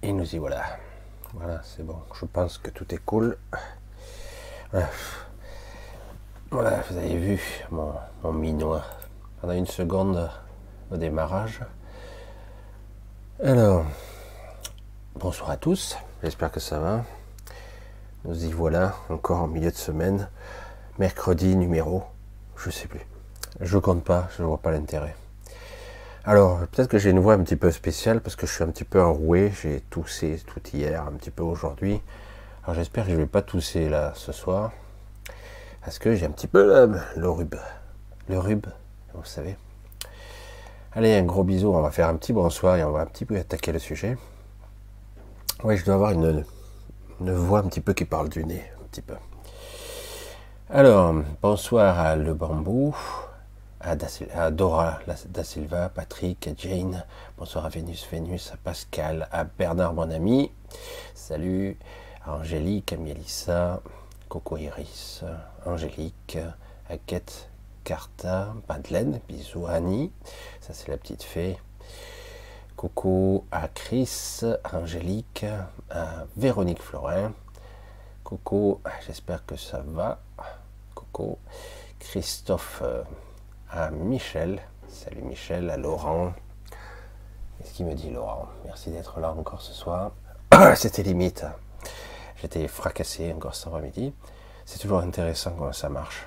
Et nous y voilà. Voilà, c'est bon. Je pense que tout est cool. Voilà, vous avez vu mon minois pendant une seconde au démarrage. Alors, bonsoir à tous. J'espère que ça va. Nous y voilà, encore en milieu de semaine. Mercredi numéro, je sais plus. Je compte pas, je vois pas l'intérêt. Alors, peut-être que j'ai une voix un petit peu spéciale parce que je suis un petit peu enroué. J'ai toussé tout hier, un petit peu aujourd'hui. Alors j'espère que je vais pas tousser là ce soir. Parce que j'ai un petit peu le rhume. Le rhume, vous savez. Allez, un gros bisou. On va faire un petit bonsoir et on va un petit peu attaquer le sujet. Oui, je dois avoir une voix un petit peu qui parle du nez. Un petit peu. Alors, bonsoir à Le Bambou, à Dora Da Silva, Patrick, à Jane. Bonsoir à Vénus, à Pascal, à Bernard, mon ami. Salut. À Angélique, à Mélissa, Coco Iris, Angélique, à Kate Carta, Madeleine, bisous à Annie, ça c'est la petite fée. Coucou à Chris, à Angélique, à Véronique Florin. Coucou, j'espère que ça va. Coucou, Christophe, à Michel. Salut Michel, à Laurent. Qu'est-ce qu'il me dit Laurent? Merci d'être là encore ce soir. C'était limite. J'étais fracassé encore cet après-midi. C'est toujours intéressant comment ça marche.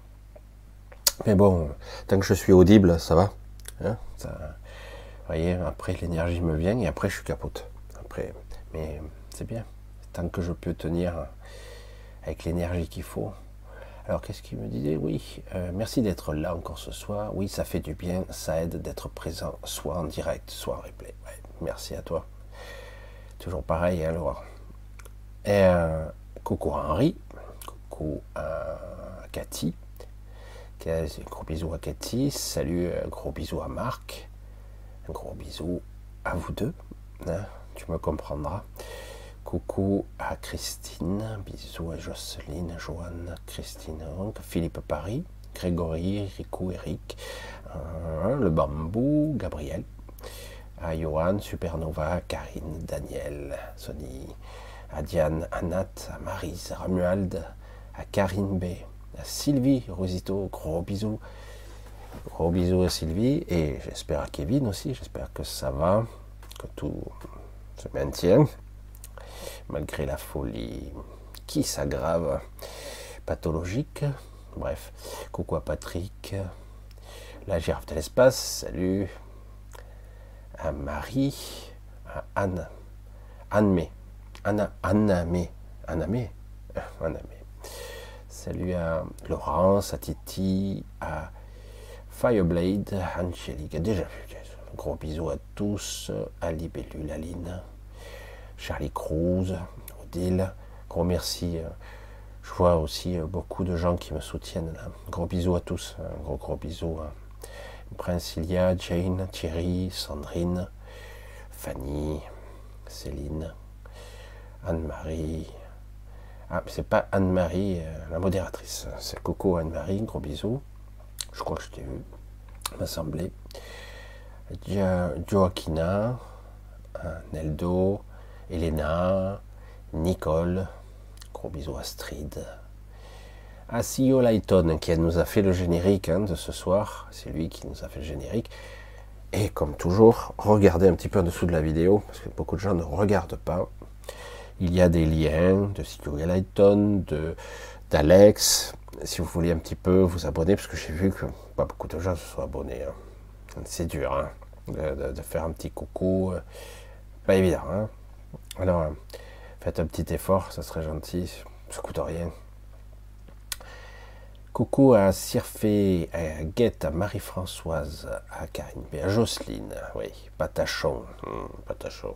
Mais bon, tant que je suis audible, ça va. Hein, ça, vous voyez, après l'énergie me vient et après je suis capote. Après, mais c'est bien. Tant que je peux tenir avec l'énergie qu'il faut. Alors qu'est-ce qu'il me disait? Oui, merci d'être là encore ce soir. Oui, ça fait du bien, ça aide d'être présent, soit en direct, soit en replay. Ouais, merci à toi. Toujours pareil, hein, Laura. Et coucou à Henri, coucou à Cathy, gros bisous à Cathy, salut, gros bisous à Marc, un gros bisou à vous deux, hein, tu me comprendras. Coucou à Christine, bisous à Jocelyne, Joanne, Christine, Philippe Paris, Grégory, Rico, Eric, Le Bambou, Gabriel, à Johan, Supernova, Karine, Daniel, Sonny, à Diane, à Nat, à Maryse, à Romuald, à Karine B, à Sylvie, Rosito, gros bisous à Sylvie, et j'espère à Kevin aussi, j'espère que ça va, que tout se maintient, malgré la folie qui s'aggrave, pathologique, bref, coucou à Patrick, la girafe de l'espace, salut, à Marie, à Anne-Mé, Anna-Mé. Salut à Laurence, à Titi, à Fireblade, à Angélique, déjà vu. Gros bisous à tous, à Libellule, Aline, Charlie Cruz, Odile. Gros merci. Je vois aussi beaucoup de gens qui me soutiennent là. Gros bisous à tous. Gros bisous à Princilia, Jane, Thierry, Sandrine, Fanny, Céline, Anne-Marie. Ah, c'est pas Anne-Marie, la modératrice. C'est Coco Anne-Marie, gros bisous. Je crois que je t'ai vu, m'a semblé. Joaquina, Neldo, Elena, Nicole, gros bisous Astrid. Sio Lighton, qui nous a fait le générique de ce soir. C'est lui qui nous a fait le générique. Et comme toujours, regardez un petit peu en dessous de la vidéo, parce que beaucoup de gens ne regardent pas. Il y a des liens de Sylvia Lighton, d'Alex. Si vous voulez un petit peu vous abonner, parce que j'ai vu que pas beaucoup de gens se sont abonnés. Hein. C'est dur hein, de faire un petit coucou. Pas évident. Hein. Alors, faites un petit effort, ça serait gentil. Ça coûte rien. Coucou à Cirfé, à Guette, à Marie-Françoise, à Karine, à Jocelyne, oui, Patachon, Patachon.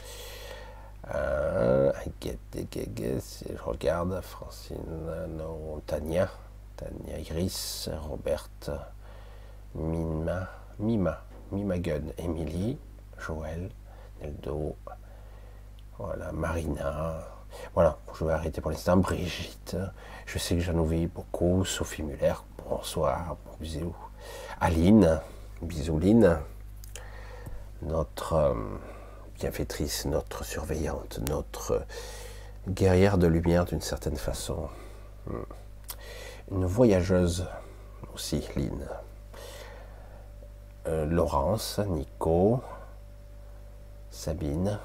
Je regarde, Francine, non, Tania Iris, Roberte, Mima Gun, Émilie, Joël, Neldo, voilà, Marina, voilà, je vais arrêter pour l'instant, Brigitte, je sais que j'en oublie beaucoup, Sophie Muller, bonsoir, bisous, Aline, bisous Line, notre bienfaitrice, notre surveillante, notre guerrière de lumière d'une certaine façon. Une voyageuse aussi, Lynn. Laurence, Nico, Sabine,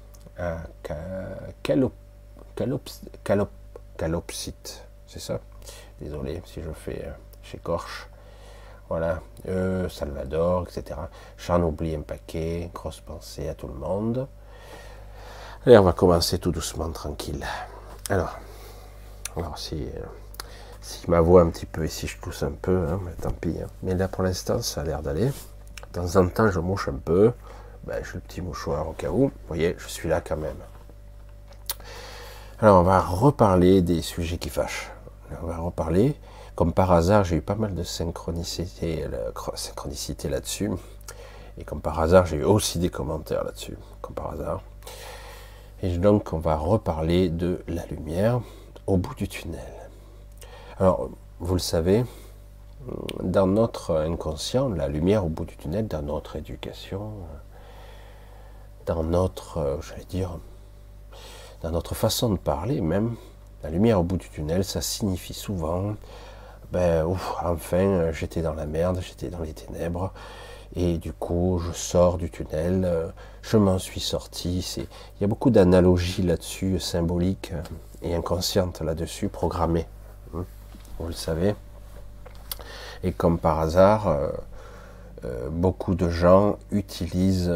Calopsite, c'est ça? Désolé si je fais j'écorche. Voilà, Salvador, etc. J'en oublie un paquet, grosse pensée à tout le monde. Allez, on va commencer tout doucement, tranquille. Alors si ma voix un petit peu ici, je tousse un peu, hein, mais tant pis. Hein. Mais là, pour l'instant, ça a l'air d'aller. De temps en temps, je mouche un peu. Ben, j'ai le petit mouchoir au cas où. Vous voyez, je suis là quand même. Alors, on va reparler des sujets qui fâchent. On va reparler. Comme par hasard, j'ai eu pas mal de synchronicité là-dessus. Et comme par hasard, j'ai eu aussi des commentaires là-dessus. Comme par hasard. Et donc, on va reparler de la lumière au bout du tunnel. Alors, vous le savez, dans notre inconscient, la lumière au bout du tunnel, dans notre éducation, dans notre, dans notre façon de parler même, la lumière au bout du tunnel, ça signifie souvent, enfin, j'étais dans la merde, j'étais dans les ténèbres, et du coup, je sors du tunnel, je m'en suis sorti. Il y a beaucoup d'analogies là-dessus, symboliques et inconscientes là-dessus, programmées. Vous le savez. Et comme par hasard, beaucoup de gens utilisent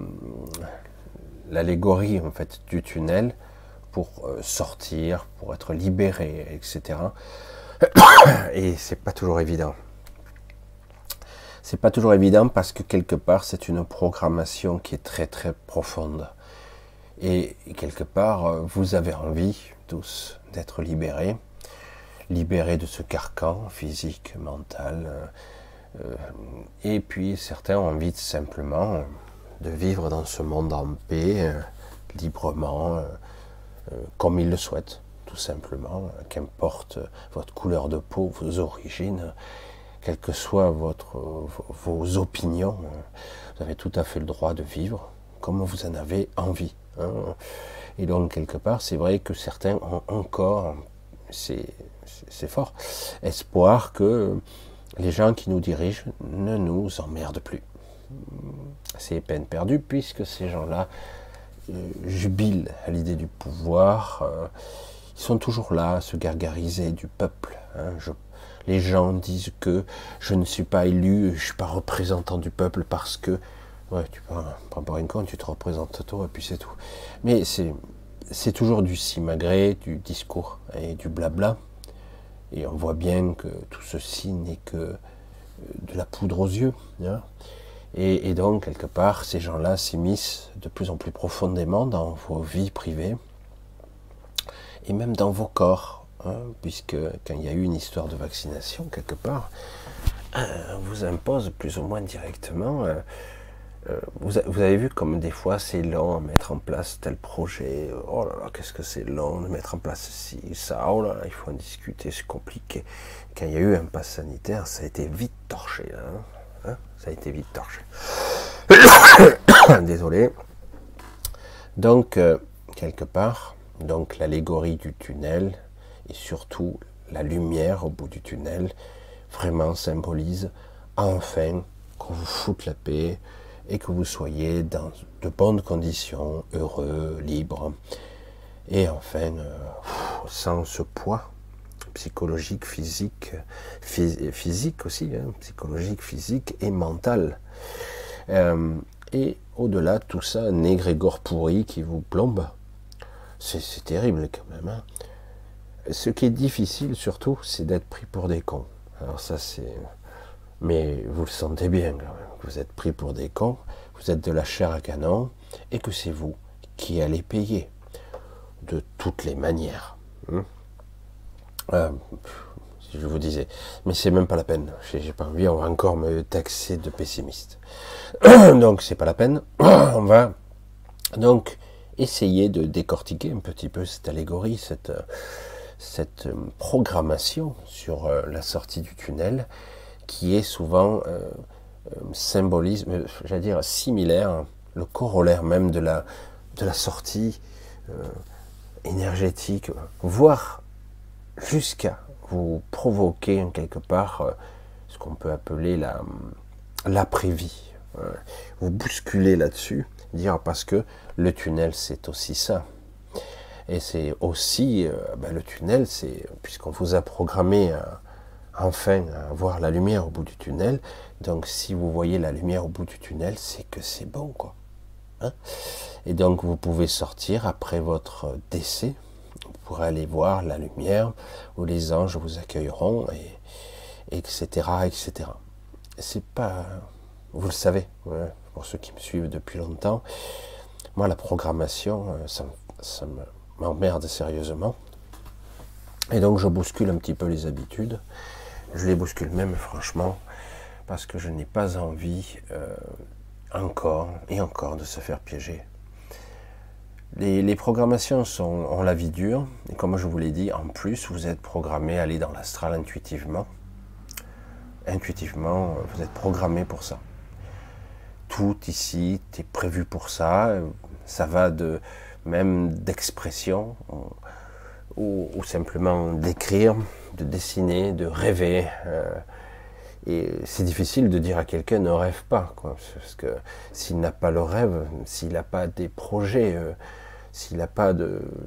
l'allégorie en fait du tunnel pour sortir, pour être libéré, etc. Et c'est pas toujours évident. C'est pas toujours évident parce que quelque part c'est une programmation qui est très très profonde. Et quelque part vous avez envie tous d'être libérés de ce carcan physique, mental, et puis certains ont envie simplement de vivre dans ce monde en paix, librement, comme ils le souhaitent, tout simplement, qu'importe votre couleur de peau, vos origines, quelles que soient vos opinions, vous avez tout à fait le droit de vivre comme vous en avez envie. Hein. Et donc, quelque part, c'est vrai que certains ont encore, c'est fort, espoir que les gens qui nous dirigent ne nous emmerdent plus. C'est peine perdue, puisque ces gens-là jubilent à l'idée du pouvoir. Ils sont toujours là à se gargariser du peuple. Hein. Les gens disent que je ne suis pas élu, je ne suis pas représentant du peuple parce que, ouais, tu prends pas une compte, tu te représentes toi et puis c'est tout. Mais c'est toujours du simagrée, du discours et du blabla. Et on voit bien que tout ceci n'est que de la poudre aux yeux. Hein. Et donc, quelque part, ces gens-là s'immiscent de plus en plus profondément dans vos vies privées et même dans vos corps. Hein, puisque quand il y a eu une histoire de vaccination, quelque part, on vous impose plus ou moins directement... vous avez vu comme des fois c'est long à mettre en place tel projet. Oh là là, qu'est-ce que c'est long de mettre en place ci, ça. Oh là là, il faut en discuter, c'est compliqué. Quand il y a eu un pass sanitaire, ça a été vite torché. Hein, ça a été vite torché. Désolé. Donc, quelque part, donc l'allégorie du tunnel et surtout la lumière au bout du tunnel vraiment symbolise enfin qu'on vous foute la paix et que vous soyez dans de bonnes conditions, heureux, libres, et enfin, sans ce poids psychologique, physique aussi, hein, psychologique, physique et mental. Et au-delà de tout ça, un égrégore pourri qui vous plombe, c'est terrible quand même. Hein. Ce qui est difficile surtout, c'est d'être pris pour des cons. Alors ça c'est... Mais vous le sentez bien quand même. Vous êtes pris pour des cons, vous êtes de la chair à canon, et que c'est vous qui allez payer de toutes les manières. Si je vous disais, mais c'est même pas la peine. J'ai pas envie, on va encore me taxer de pessimiste. Donc c'est pas la peine. On va donc essayer de décortiquer un petit peu cette allégorie, cette programmation sur la sortie du tunnel, qui est souvent symbolisme, j'allais dire similaire, le corollaire même de la sortie énergétique, voire jusqu'à vous provoquer en quelque part ce qu'on peut appeler l'après-vie. Vous bousculez là-dessus, dire parce que le tunnel c'est aussi ça. Et c'est aussi, le tunnel, c'est puisqu'on vous a programmé enfin à voir la lumière au bout du tunnel, donc si vous voyez la lumière au bout du tunnel, c'est que c'est bon, quoi. Hein? Et donc vous pouvez sortir après votre décès, vous pourrez aller voir la lumière, où les anges vous accueilleront, etc., etc. C'est pas... Vous le savez, pour ceux qui me suivent depuis longtemps, moi la programmation, ça m'emmerde sérieusement. Et donc je bouscule un petit peu les habitudes. Je les bouscule même franchement, parce que je n'ai pas envie encore et encore de se faire piéger. Les programmations ont la vie dure, et comme je vous l'ai dit, en plus vous êtes programmé à aller dans l'astral intuitivement. Intuitivement, vous êtes programmé pour ça. Tout ici est prévu pour ça. Ça va même d'expression, ou simplement d'écrire, de dessiner, de rêver. Et c'est difficile de dire à quelqu'un ne rêve pas, quoi, parce que s'il n'a pas le rêve, s'il n'a pas des projets, s'il n'a pas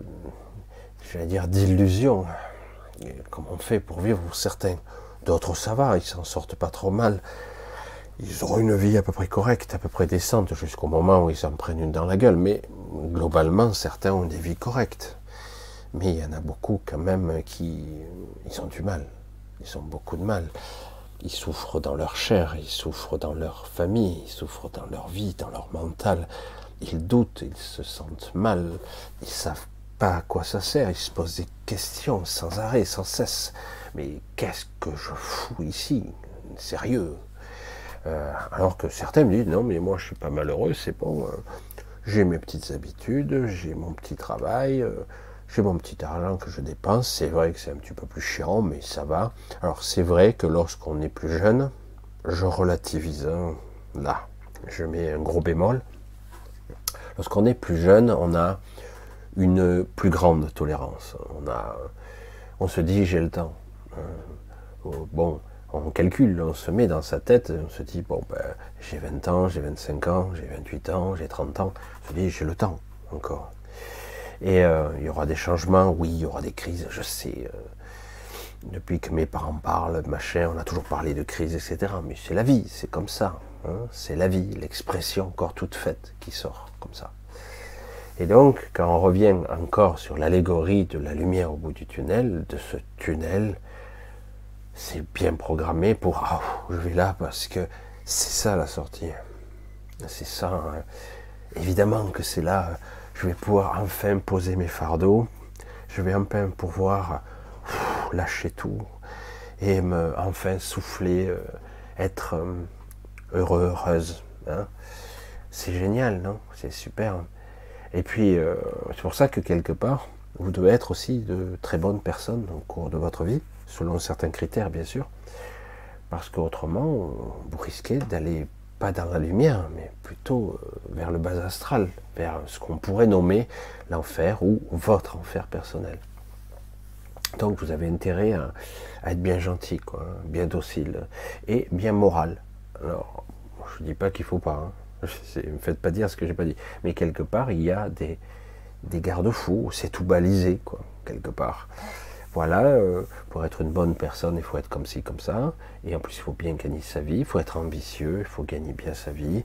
d'illusions, comment on fait pour vivre pour certains? D'autres ça va, ils s'en sortent pas trop mal. Ils auront une vie à peu près correcte, à peu près décente, jusqu'au moment où ils s'en prennent une dans la gueule. Mais globalement, certains ont des vies correctes. Mais il y en a beaucoup quand même ils ont du mal. Ils ont beaucoup de mal. Ils souffrent dans leur chair, ils souffrent dans leur famille, ils souffrent dans leur vie, dans leur mental. Ils doutent, ils se sentent mal, ils savent pas à quoi ça sert, ils se posent des questions sans arrêt, sans cesse. Mais qu'est-ce que je fous ici? Sérieux? Alors que certains me disent, non mais moi je suis pas malheureux, c'est bon, j'ai mes petites habitudes, j'ai mon petit travail, j'ai mon petit argent que je dépense. C'est vrai que c'est un petit peu plus chiant, mais ça va. Alors c'est vrai que lorsqu'on est plus jeune, je relativise, là, je mets un gros bémol. Lorsqu'on est plus jeune, on a une plus grande tolérance. On se dit j'ai le temps. Bon, on calcule, on se met dans sa tête, on se dit bon j'ai 20 ans, j'ai 25 ans, j'ai 28 ans, j'ai 30 ans. On se dit j'ai le temps encore. Et il y aura des changements, oui, il y aura des crises, je sais. Depuis que mes parents parlent, machin, on a toujours parlé de crise, etc. Mais c'est la vie, c'est comme ça. Hein, c'est la vie, l'expression encore toute faite qui sort comme ça. Et donc, quand on revient encore sur l'allégorie de la lumière au bout du tunnel, de ce tunnel, c'est bien programmé pour je vais là parce que c'est ça la sortie. C'est ça. Hein. Évidemment que c'est là. Je vais pouvoir enfin poser mes fardeaux. Je vais enfin pouvoir lâcher tout et enfin souffler, être heureux, heureuse. Hein. C'est génial, non? C'est super. Et puis, c'est pour ça que quelque part, vous devez être aussi de très bonnes personnes au cours de votre vie, selon certains critères, bien sûr, parce qu'autrement, vous risquez d'aller pas dans la lumière, mais plutôt vers le bas astral, vers ce qu'on pourrait nommer l'enfer ou votre enfer personnel. Donc vous avez intérêt à être bien gentil, quoi, bien docile et bien moral. Alors, je ne dis pas qu'il ne faut pas, hein. Ne me faites pas dire ce que j'ai pas dit, mais quelque part il y a des garde-fous, c'est tout balisé, quoi, quelque part. Voilà, pour être une bonne personne, il faut être comme ci, comme ça, et en plus il faut bien gagner sa vie, il faut être ambitieux, il faut gagner bien sa vie,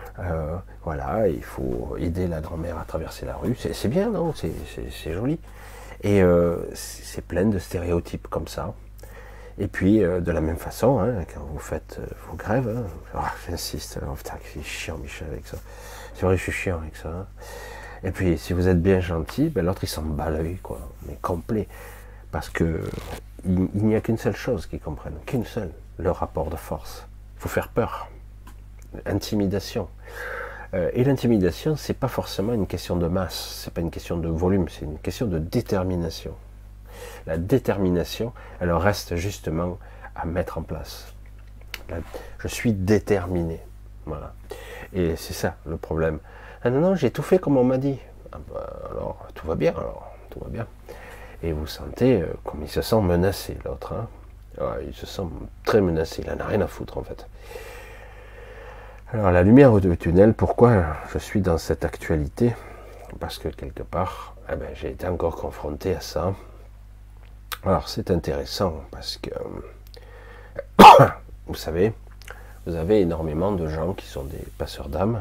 voilà, il faut aider la grand-mère à traverser la rue, c'est bien, non? C'est joli. Et c'est plein de stéréotypes comme ça. Et puis, de la même façon, hein, quand vous faites vos grèves, hein, j'insiste, putain, c'est chiant Michel avec ça. C'est vrai que je suis chiant avec ça. Hein. Et puis, si vous êtes bien gentil, l'autre il s'en bat l'œil, quoi, mais complet. Parce que il n'y a qu'une seule chose qu'ils comprennent, qu'une seule, le rapport de force. Il faut faire peur, intimidation. Et l'intimidation, c'est pas forcément une question de masse, c'est pas une question de volume, c'est une question de détermination. La détermination, elle reste justement à mettre en place. Je suis déterminé, voilà. Et c'est ça le problème. Ah non, non, j'ai tout fait comme on m'a dit. Ah bah, alors, tout va bien, tout va bien. Et vous sentez comme il se sent menacé, l'autre. Hein. Ouais, il se sent très menacé, il n'en a rien à foutre en fait. Alors la lumière au tunnel, pourquoi je suis dans cette actualité? Parce que quelque part, eh ben, j'ai été encore confronté à ça. Alors c'est intéressant parce que, vous savez, vous avez énormément de gens qui sont des passeurs d'âme,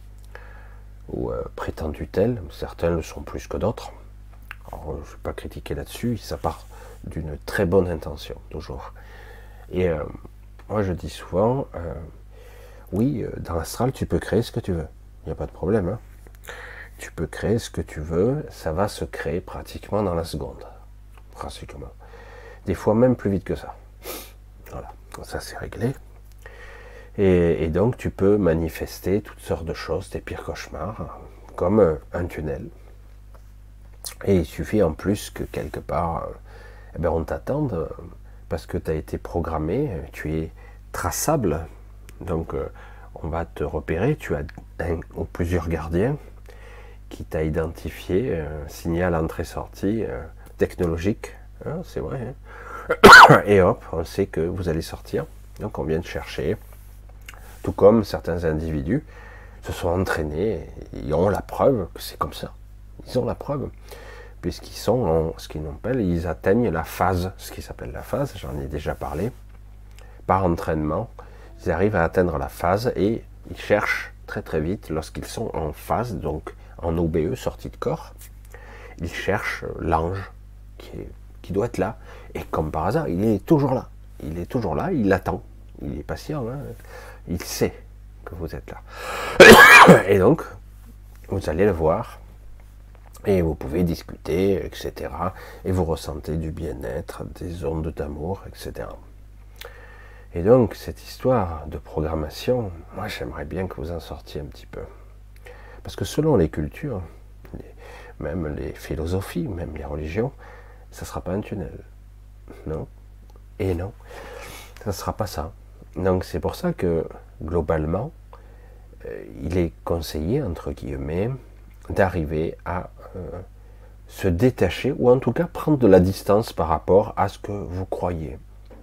ou prétendus tels, certains le sont plus que d'autres. Alors je ne vais pas critiquer là-dessus, ça part d'une très bonne intention, toujours. Et moi je dis souvent, oui, dans l'astral tu peux créer ce que tu veux, il n'y a pas de problème. Hein. Tu peux créer ce que tu veux, ça va se créer pratiquement dans la seconde. Pratiquement. Des fois même plus vite que ça. Voilà, ça c'est réglé. Et donc tu peux manifester toutes sortes de choses, tes pires cauchemars, comme un tunnel. Et il suffit en plus que quelque part, eh ben on t'attende, parce que tu as été programmé, tu es traçable, donc on va te repérer, tu as un ou plusieurs gardiens qui t'a identifié, signal entrée-sortie technologique, hein, c'est vrai, hein. Et hop, on sait que vous allez sortir, donc on vient de chercher, tout comme certains individus se sont entraînés, ils ont la preuve que c'est comme ça, ils ont la preuve, puisqu'ils sont en ce qu'ils appellent, ils atteignent la phase, ce qui s'appelle la phase, j'en ai déjà parlé, par entraînement, ils arrivent à atteindre la phase et ils cherchent très très vite, lorsqu'ils sont en phase, donc en OBE, sortie de corps, ils cherchent l'ange qui doit être là, et comme par hasard, il est toujours là, il attend, il est patient, hein. Il sait que vous êtes là. Et donc, vous allez le voir, et vous pouvez discuter, etc. Et vous ressentez du bien-être, des ondes d'amour, etc. Et donc, cette histoire de programmation, moi j'aimerais bien que vous en sortiez un petit peu. Parce que selon les cultures, même les philosophies, même les religions, ça ne sera pas un tunnel. Non. Et non. Ça ne sera pas ça. Donc c'est pour ça que, globalement, il est conseillé, entre guillemets, d'arriver à se détacher, ou en tout cas prendre de la distance par rapport à ce que vous croyez.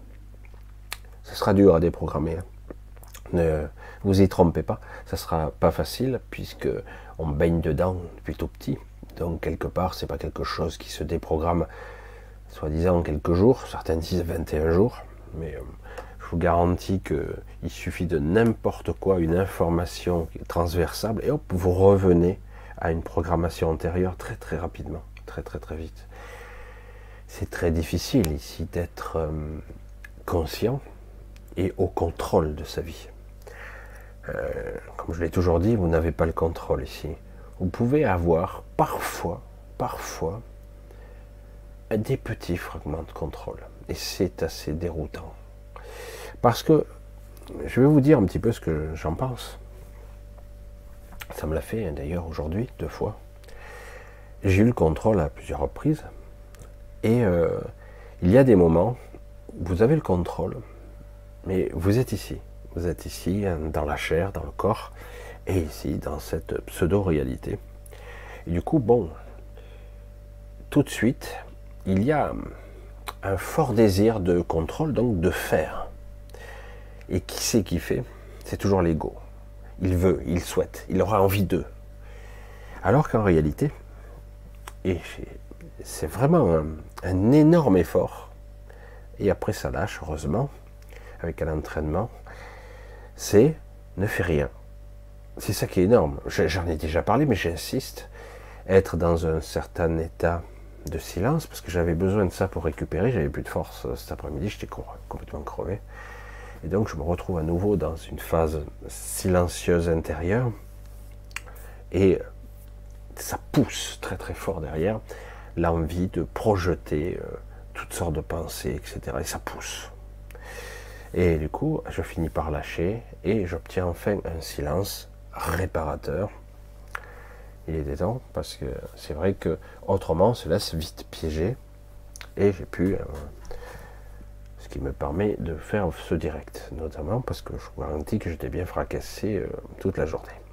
Ce sera dur à déprogrammer. Hein. Ne vous y trompez pas, ça sera pas facile, puisque on baigne dedans depuis tout petit. Donc quelque part, c'est pas quelque chose qui se déprogramme, soi-disant en quelques jours, certains disent 21 jours, mais je vous garantis qu'il suffit de n'importe quoi, une information transversale, et hop, vous revenez à une programmation antérieure très très rapidement, très très très vite. C'est très difficile ici d'être conscient et au contrôle de sa vie. Comme je l'ai toujours dit, vous n'avez pas le contrôle ici. Vous pouvez avoir parfois des petits fragments de contrôle, et c'est assez déroutant. Parce que, je vais vous dire un petit peu ce que j'en pense. Ça me l'a fait d'ailleurs aujourd'hui, 2 fois. J'ai eu le contrôle à plusieurs reprises. Et il y a des moments où vous avez le contrôle, mais vous êtes ici. Vous êtes ici, dans la chair, dans le corps, et ici, dans cette pseudo-réalité. Et du coup, bon, tout de suite, il y a un fort désir de contrôle, donc de faire. Et qui c'est qui fait? C'est toujours l'ego. Il veut, il souhaite, il aura envie d'eux. Alors qu'en réalité, et c'est vraiment un énorme effort, et après ça lâche, heureusement, avec un entraînement, c'est ne fais rien. C'est ça qui est énorme. J'en ai déjà parlé, mais j'insiste, être dans un certain état de silence, parce que j'avais besoin de ça pour récupérer, j'avais plus de force cet après-midi, j'étais complètement crevé. Et donc je me retrouve à nouveau dans une phase silencieuse intérieure, et ça pousse très très fort derrière l'envie de projeter toutes sortes de pensées, etc. Et ça pousse. Et du coup, je finis par lâcher, et j'obtiens enfin un silence réparateur. Il est temps, parce que c'est vrai que autrement on se laisse vite piéger, et j'ai pu ce qui me permet de faire ce direct, notamment parce que je vous garantis que j'étais bien fracassé toute la journée.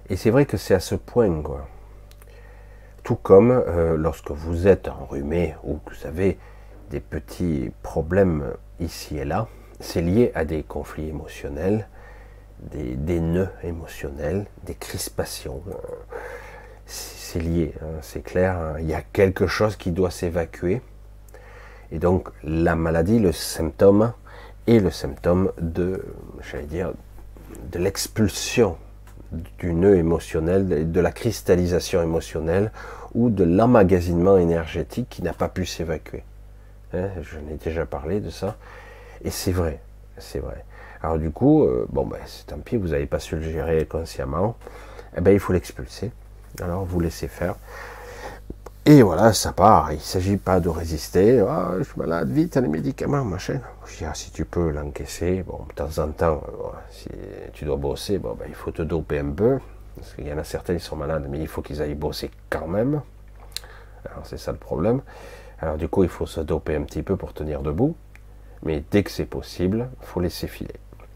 Et c'est vrai que c'est à ce point, quoi. Tout comme lorsque vous êtes enrhumé ou que vous avez des petits problèmes ici et là, c'est lié à des conflits émotionnels, des nœuds émotionnels, des crispations. C'est lié, hein, c'est clair. Hein. Il y a quelque chose qui doit s'évacuer. Et donc la maladie, le symptôme, est le symptôme de, j'allais dire, de l'expulsion du nœud émotionnel, de la cristallisation émotionnelle ou de l'emmagasinement énergétique qui n'a pas pu s'évacuer. Hein, je n'ai déjà parlé de ça. Et c'est vrai, c'est vrai. Alors du coup, bon ben tant pis, vous n'avez pas su le gérer consciemment, eh ben il faut l'expulser. Alors vous laissez faire. Et voilà, ça part. Il ne s'agit pas de résister. Ah, je suis malade, vite, les médicaments, machin. Je dis, ah, si tu peux l'encaisser, bon, de temps en temps, si tu dois bosser, bon, ben, il faut te doper un peu. Parce qu'il y en a certains qui sont malades, mais il faut qu'ils aillent bosser quand même. Alors c'est ça le problème. Alors du coup, il faut se doper un petit peu pour tenir debout. Mais dès que c'est possible, il faut laisser filer.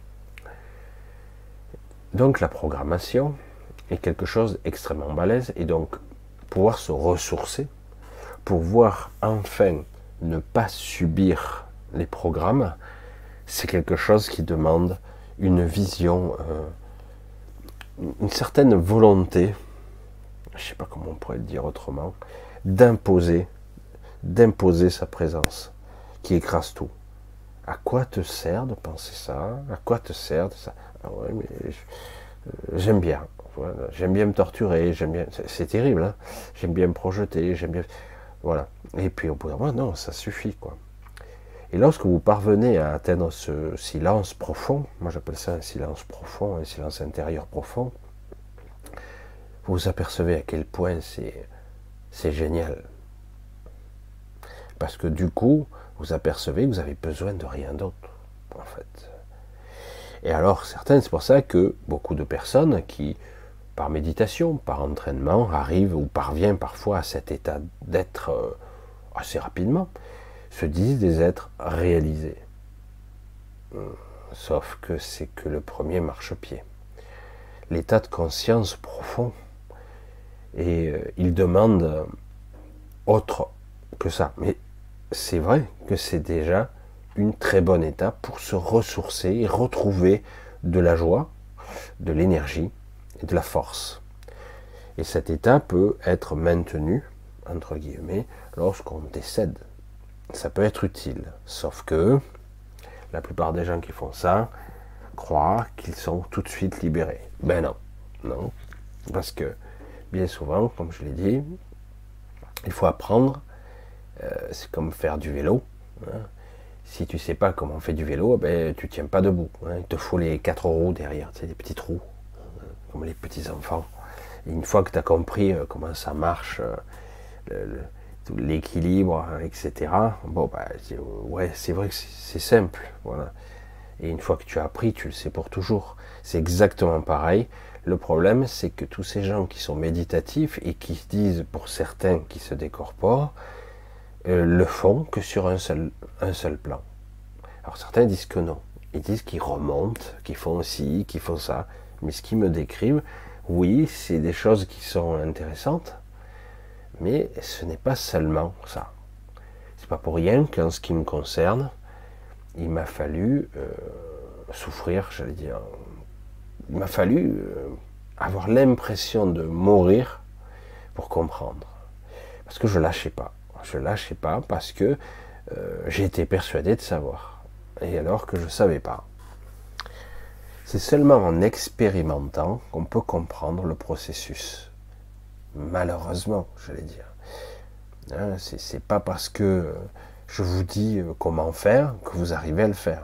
Donc la programmation est quelque chose d'extrêmement balèze. Et donc, pouvoir se ressourcer, pouvoir enfin ne pas subir les programmes, c'est quelque chose qui demande une vision, une certaine volonté, je ne sais pas comment on pourrait le dire autrement, d'imposer sa présence, qui écrase tout. À quoi te sert de penser ça? À quoi te sert de ça? Ah ouais, mais j'aime bien. Voilà. J'aime bien me torturer, j'aime bien. C'est terrible, hein. J'aime bien me projeter, j'aime bien. Voilà. Et puis au bout d'un moment, non, ça suffit, quoi. Et lorsque vous parvenez à atteindre ce silence profond, moi j'appelle ça un silence profond, un silence intérieur profond, vous vous apercevez à quel point c'est génial. Parce que du coup, vous apercevez que vous avez besoin de rien d'autre, en fait. Et alors, certaines, c'est pour ça que beaucoup de personnes qui, par méditation, par entraînement, arrivent ou parviennent parfois à cet état d'être assez rapidement, se disent des êtres réalisés. Sauf que c'est que le premier marchepied. L'état de conscience profond, et il demande autre que ça. Mais c'est vrai que c'est déjà une très bonne étape pour se ressourcer et retrouver de la joie, de l'énergie et de la force. Et cet état peut être maintenu, entre guillemets, lorsqu'on décède. Ça peut être utile, sauf que la plupart des gens qui font ça croient qu'ils sont tout de suite libérés. Ben non, non, parce que bien souvent, comme je l'ai dit, il faut apprendre, c'est comme faire du vélo, hein. Si tu sais pas comment on fait du vélo, ben, tu tiens pas debout, hein. Il te faut les 4 roues derrière, tu sais, les petits trous, comme les petits enfants. Et une fois que tu as compris comment ça marche, l'équilibre, etc., bon, ben, ouais, c'est vrai que c'est simple, voilà. Et une fois que tu as appris, tu le sais pour toujours. C'est exactement pareil. Le problème, c'est que tous ces gens qui sont méditatifs et qui disent, pour certains qui se décorporent, le font que sur un seul plan. Alors certains disent que non. Ils disent qu'ils remontent, qu'ils font ci, qu'ils font ça. Mais ce qu'ils me décrivent, oui, c'est des choses qui sont intéressantes, mais ce n'est pas seulement ça. C'est pas pour rien qu'en ce qui me concerne, il m'a fallu souffrir, j'allais dire. Il m'a fallu avoir l'impression de mourir pour comprendre. Parce que je lâchais pas. Je lâchais pas parce que j'étais persuadé de savoir. Et alors que je ne savais pas. C'est seulement en expérimentant qu'on peut comprendre le processus. Malheureusement, j'allais dire. Hein, c'est pas parce que je vous dis comment faire que vous arrivez à le faire.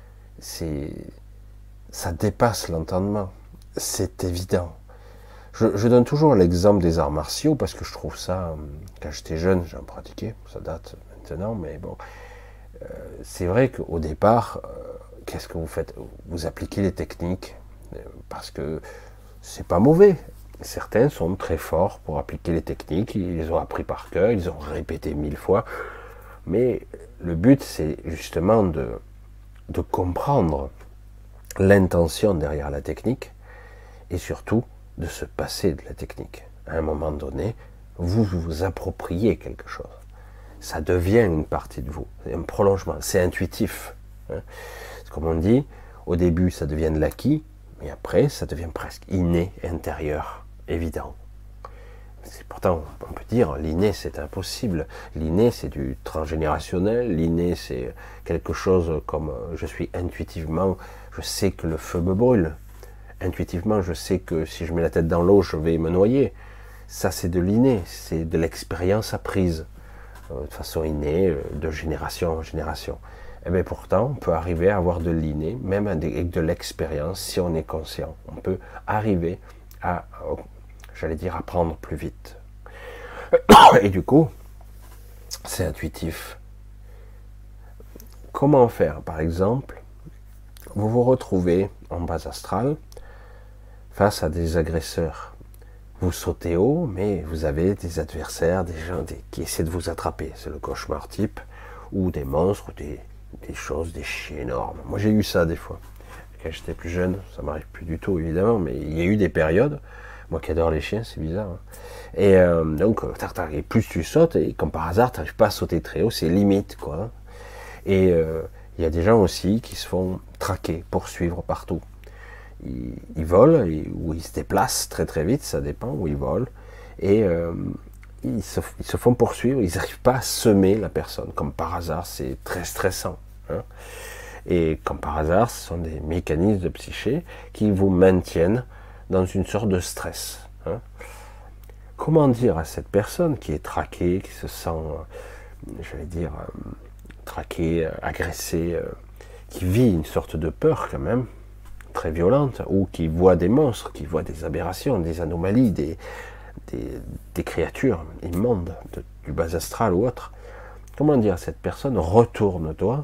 Ça dépasse l'entendement. C'est évident. Je donne toujours l'exemple des arts martiaux parce que je trouve ça, quand j'étais jeune, j'en pratiquais, ça date maintenant, mais bon, c'est vrai qu'au départ, qu'est-ce que vous faites? Vous appliquez les techniques parce que c'est pas mauvais. Certains sont très forts pour appliquer les techniques, ils les ont appris par cœur, ils ont répété 1000 fois, mais le but c'est justement de comprendre l'intention derrière la technique et surtout de se passer de la technique. À un moment donné, vous vous appropriez quelque chose. Ça devient une partie de vous, un prolongement, c'est intuitif. Hein. Comme on dit, au début ça devient de l'acquis, mais après ça devient presque inné, intérieur, évident. Pourtant, on peut dire, l'inné c'est impossible. L'inné c'est du transgénérationnel, l'inné c'est quelque chose comme je suis intuitivement, je sais que le feu me brûle. Intuitivement, je sais que si je mets la tête dans l'eau, je vais me noyer. Ça c'est de l'inné, c'est de l'expérience apprise, de façon innée, de génération en génération. Et bien pourtant, on peut arriver à avoir de l'inné, même avec de l'expérience, si on est conscient. On peut arriver à, j'allais dire, apprendre plus vite. Et du coup, c'est intuitif. Comment faire? Par exemple, vous vous retrouvez en base astrale face à des agresseurs. Vous sautez haut, mais vous avez des adversaires, des gens qui essaient de vous attraper. C'est le cauchemar type, ou des monstres, ou des choses, des chiens énormes. Moi j'ai eu ça des fois. Quand j'étais plus jeune, ça m'arrive plus du tout évidemment, mais il y a eu des périodes. Moi qui adore les chiens, c'est bizarre. Hein. Et donc, et plus tu sautes, et comme par hasard, tu n'arrives pas à sauter très haut, c'est limite, quoi. Et il y a des gens aussi qui se font traquer, poursuivre partout. Ils volent, ou ils se déplacent très très vite, ça dépend où ils volent, et ils se font poursuivre, ils n'arrivent pas à semer la personne. Comme par hasard, c'est très stressant. Hein. Et comme par hasard, ce sont des mécanismes de psyché qui vous maintiennent dans une sorte de stress. Hein. Comment dire à cette personne qui est traquée, qui se sent, j'allais dire, traquée, agressée, qui vit une sorte de peur quand même, très violente, ou qui voit des monstres, qui voit des aberrations, des anomalies, des créatures immondes, du bas astral ou autre. Comment dire à cette personne, retourne-toi,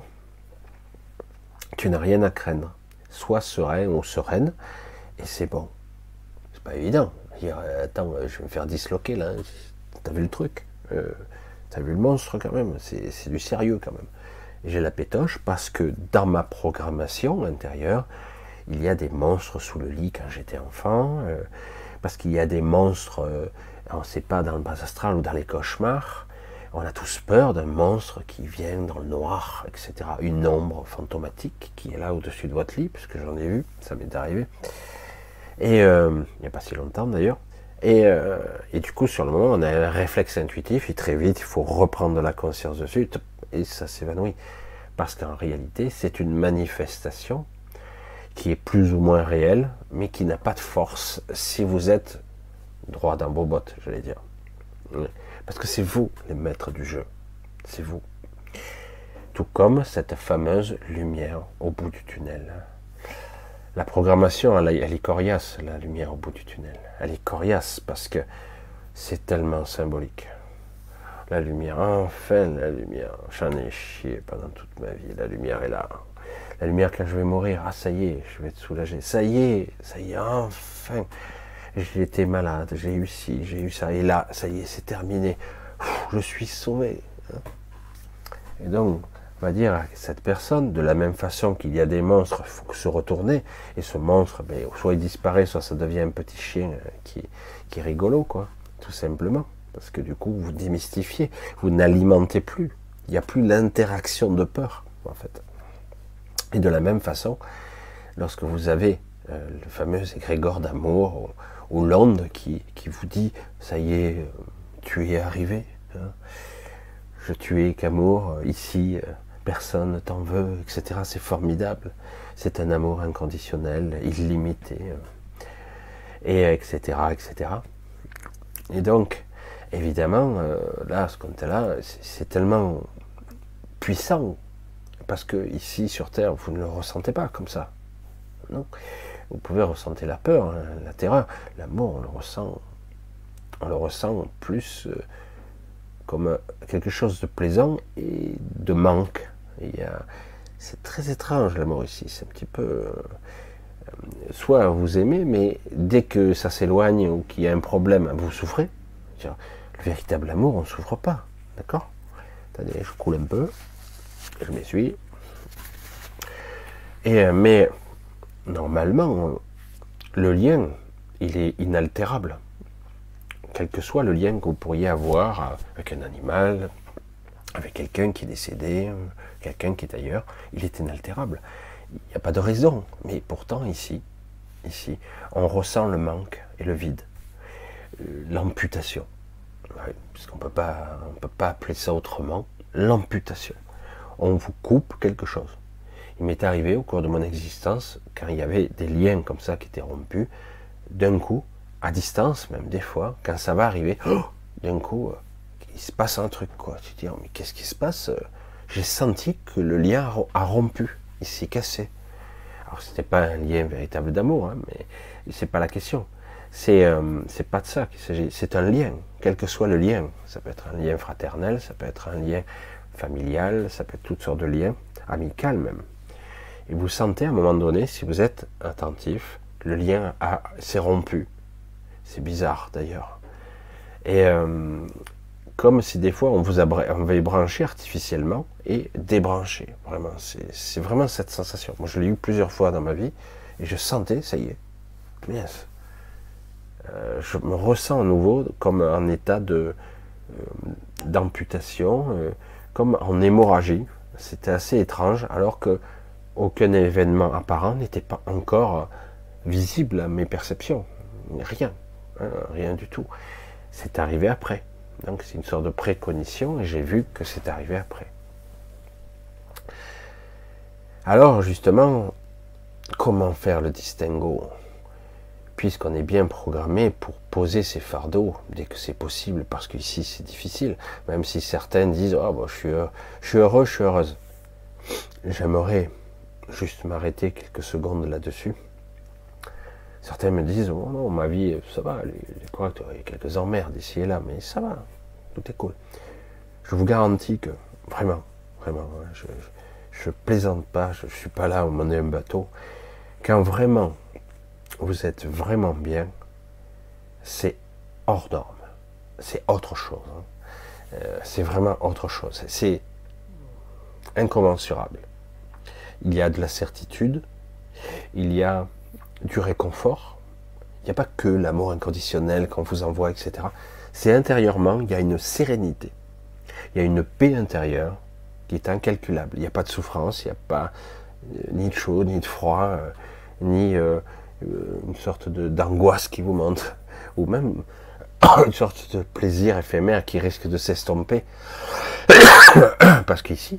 tu n'as rien à craindre, sois serein ou sereine, et c'est bon. C'est pas évident. Dire, attends, je vais me faire disloquer là, t'as vu le truc, t'as vu le monstre quand même, c'est du sérieux quand même. Et j'ai la pétoche parce que dans ma programmation intérieure, il y a des monstres sous le lit quand j'étais enfant, parce qu'il y a des monstres, on ne sait pas, dans le bas astral ou dans les cauchemars, on a tous peur d'un monstre qui vient dans le noir, etc. Une ombre fantomatique qui est là au-dessus de votre lit, puisque j'en ai vu, ça m'est arrivé. Et il n'y a pas si longtemps d'ailleurs. Et du coup, sur le moment, on a un réflexe intuitif, et très vite, il faut reprendre de la conscience dessus, et ça s'évanouit. Parce qu'en réalité, c'est une manifestation qui est plus ou moins réelle, mais qui n'a pas de force si vous êtes droit dans vos bottes, j'allais dire. Parce que c'est vous les maîtres du jeu. C'est vous. Tout comme cette fameuse lumière au bout du tunnel. La programmation, elle est coriace, la lumière au bout du tunnel. Elle est coriace parce que c'est tellement symbolique. La lumière, enfin la lumière. J'en ai chié pendant toute ma vie. La lumière est là. La lumière quand je vais mourir, ça y est, je vais être soulagé. Ça y est, enfin. J'étais malade, j'ai eu ci, j'ai eu ça. Et là, ça y est, c'est terminé. Je suis sauvé. Et donc, on va dire à cette personne, de la même façon qu'il y a des monstres, il faut se retourner. Et ce monstre, soit il disparaît, soit ça devient un petit chien qui est rigolo, quoi. Tout simplement. Parce que du coup, vous démystifiez. Vous n'alimentez plus. Il n'y a plus l'interaction de peur, en fait. Et de la même façon, lorsque vous avez le fameux égrégore d'amour ou l'onde qui vous dit « ça y est, tu y es arrivé, hein, tu es qu'amour, ici, personne ne t'en veut, etc. » C'est formidable, c'est un amour inconditionnel, illimité, et etc., etc. Et donc, évidemment, là, ce côté-là, c'est tellement puissant, parce que ici, sur Terre, vous ne le ressentez pas comme ça. Non. Vous pouvez ressentir la peur, hein, la terreur. L'amour, on le ressent plus comme quelque chose de plaisant et de manque. C'est très étrange l'amour ici. C'est un petit peu... soit vous aimez, mais dès que ça s'éloigne ou qu'il y a un problème, vous souffrez. Le véritable amour, on ne souffre pas. D'accord? Attendez, je coule un peu. Je m'essuie. Mais normalement, le lien il est inaltérable. Quel que soit le lien que vous pourriez avoir avec un animal, avec quelqu'un qui est décédé, quelqu'un qui est ailleurs, il est inaltérable. Il n'y a pas de raison. Mais pourtant, ici, on ressent le manque et le vide. L'amputation. Ouais, puisqu'on peut pas appeler ça autrement. L'amputation. On vous coupe quelque chose. Il m'est arrivé au cours de mon existence, quand il y avait des liens comme ça qui étaient rompus, d'un coup, à distance même des fois, quand ça va arriver, d'un coup, il se passe un truc, quoi. Tu te dis, oh, mais qu'est-ce qui se passe? J'ai senti que le lien a rompu, il s'est cassé. Alors c'était pas un lien véritable d'amour, hein, mais c'est pas la question. C'est pas de ça qu'il s'agit. C'est un lien, quel que soit le lien. Ça peut être un lien fraternel, ça peut être un lien familial, ça peut être toutes sortes de liens, amical même. Et vous sentez à un moment donné, si vous êtes attentif, le lien s'est rompu. C'est bizarre d'ailleurs. Et comme si des fois on vous avait branché artificiellement et débranché. Vraiment, c'est vraiment cette sensation. Moi je l'ai eu plusieurs fois dans ma vie et je sentais, ça y est, yes. Je me ressens à nouveau comme en état d'amputation, comme en hémorragie. C'était assez étrange, alors que aucun événement apparent n'était pas encore visible à mes perceptions. Rien, hein, rien du tout. C'est arrivé après. Donc c'est une sorte de précognition et j'ai vu que c'est arrivé après. Alors justement, comment faire le distinguo? Puisqu'on est bien programmé pour poser ses fardeaux dès que c'est possible, parce qu'ici c'est difficile, même si certaines disent oh, bon, je suis heureux, je suis heureuse. J'aimerais juste m'arrêter quelques secondes là-dessus. Certains me disent oh non, ma vie ça va, elle est correcte, il y a quelques emmerdes ici et là, mais ça va, tout est cool. Je vous garantis que vraiment, je plaisante pas, je suis pas là au mener un bateau. Quand vraiment vous êtes vraiment bien, c'est hors norme, c'est autre chose. Hein. C'est vraiment autre chose, c'est incommensurable. Il y a de la certitude, il y a du réconfort, il n'y a pas que l'amour inconditionnel qu'on vous envoie, etc. C'est intérieurement, il y a une sérénité, il y a une paix intérieure qui est incalculable. Il n'y a pas de souffrance, il n'y a pas ni de chaud, ni de froid, ni une sorte d'angoisse qui vous monte, ou même une sorte de plaisir éphémère qui risque de s'estomper. Parce qu'ici,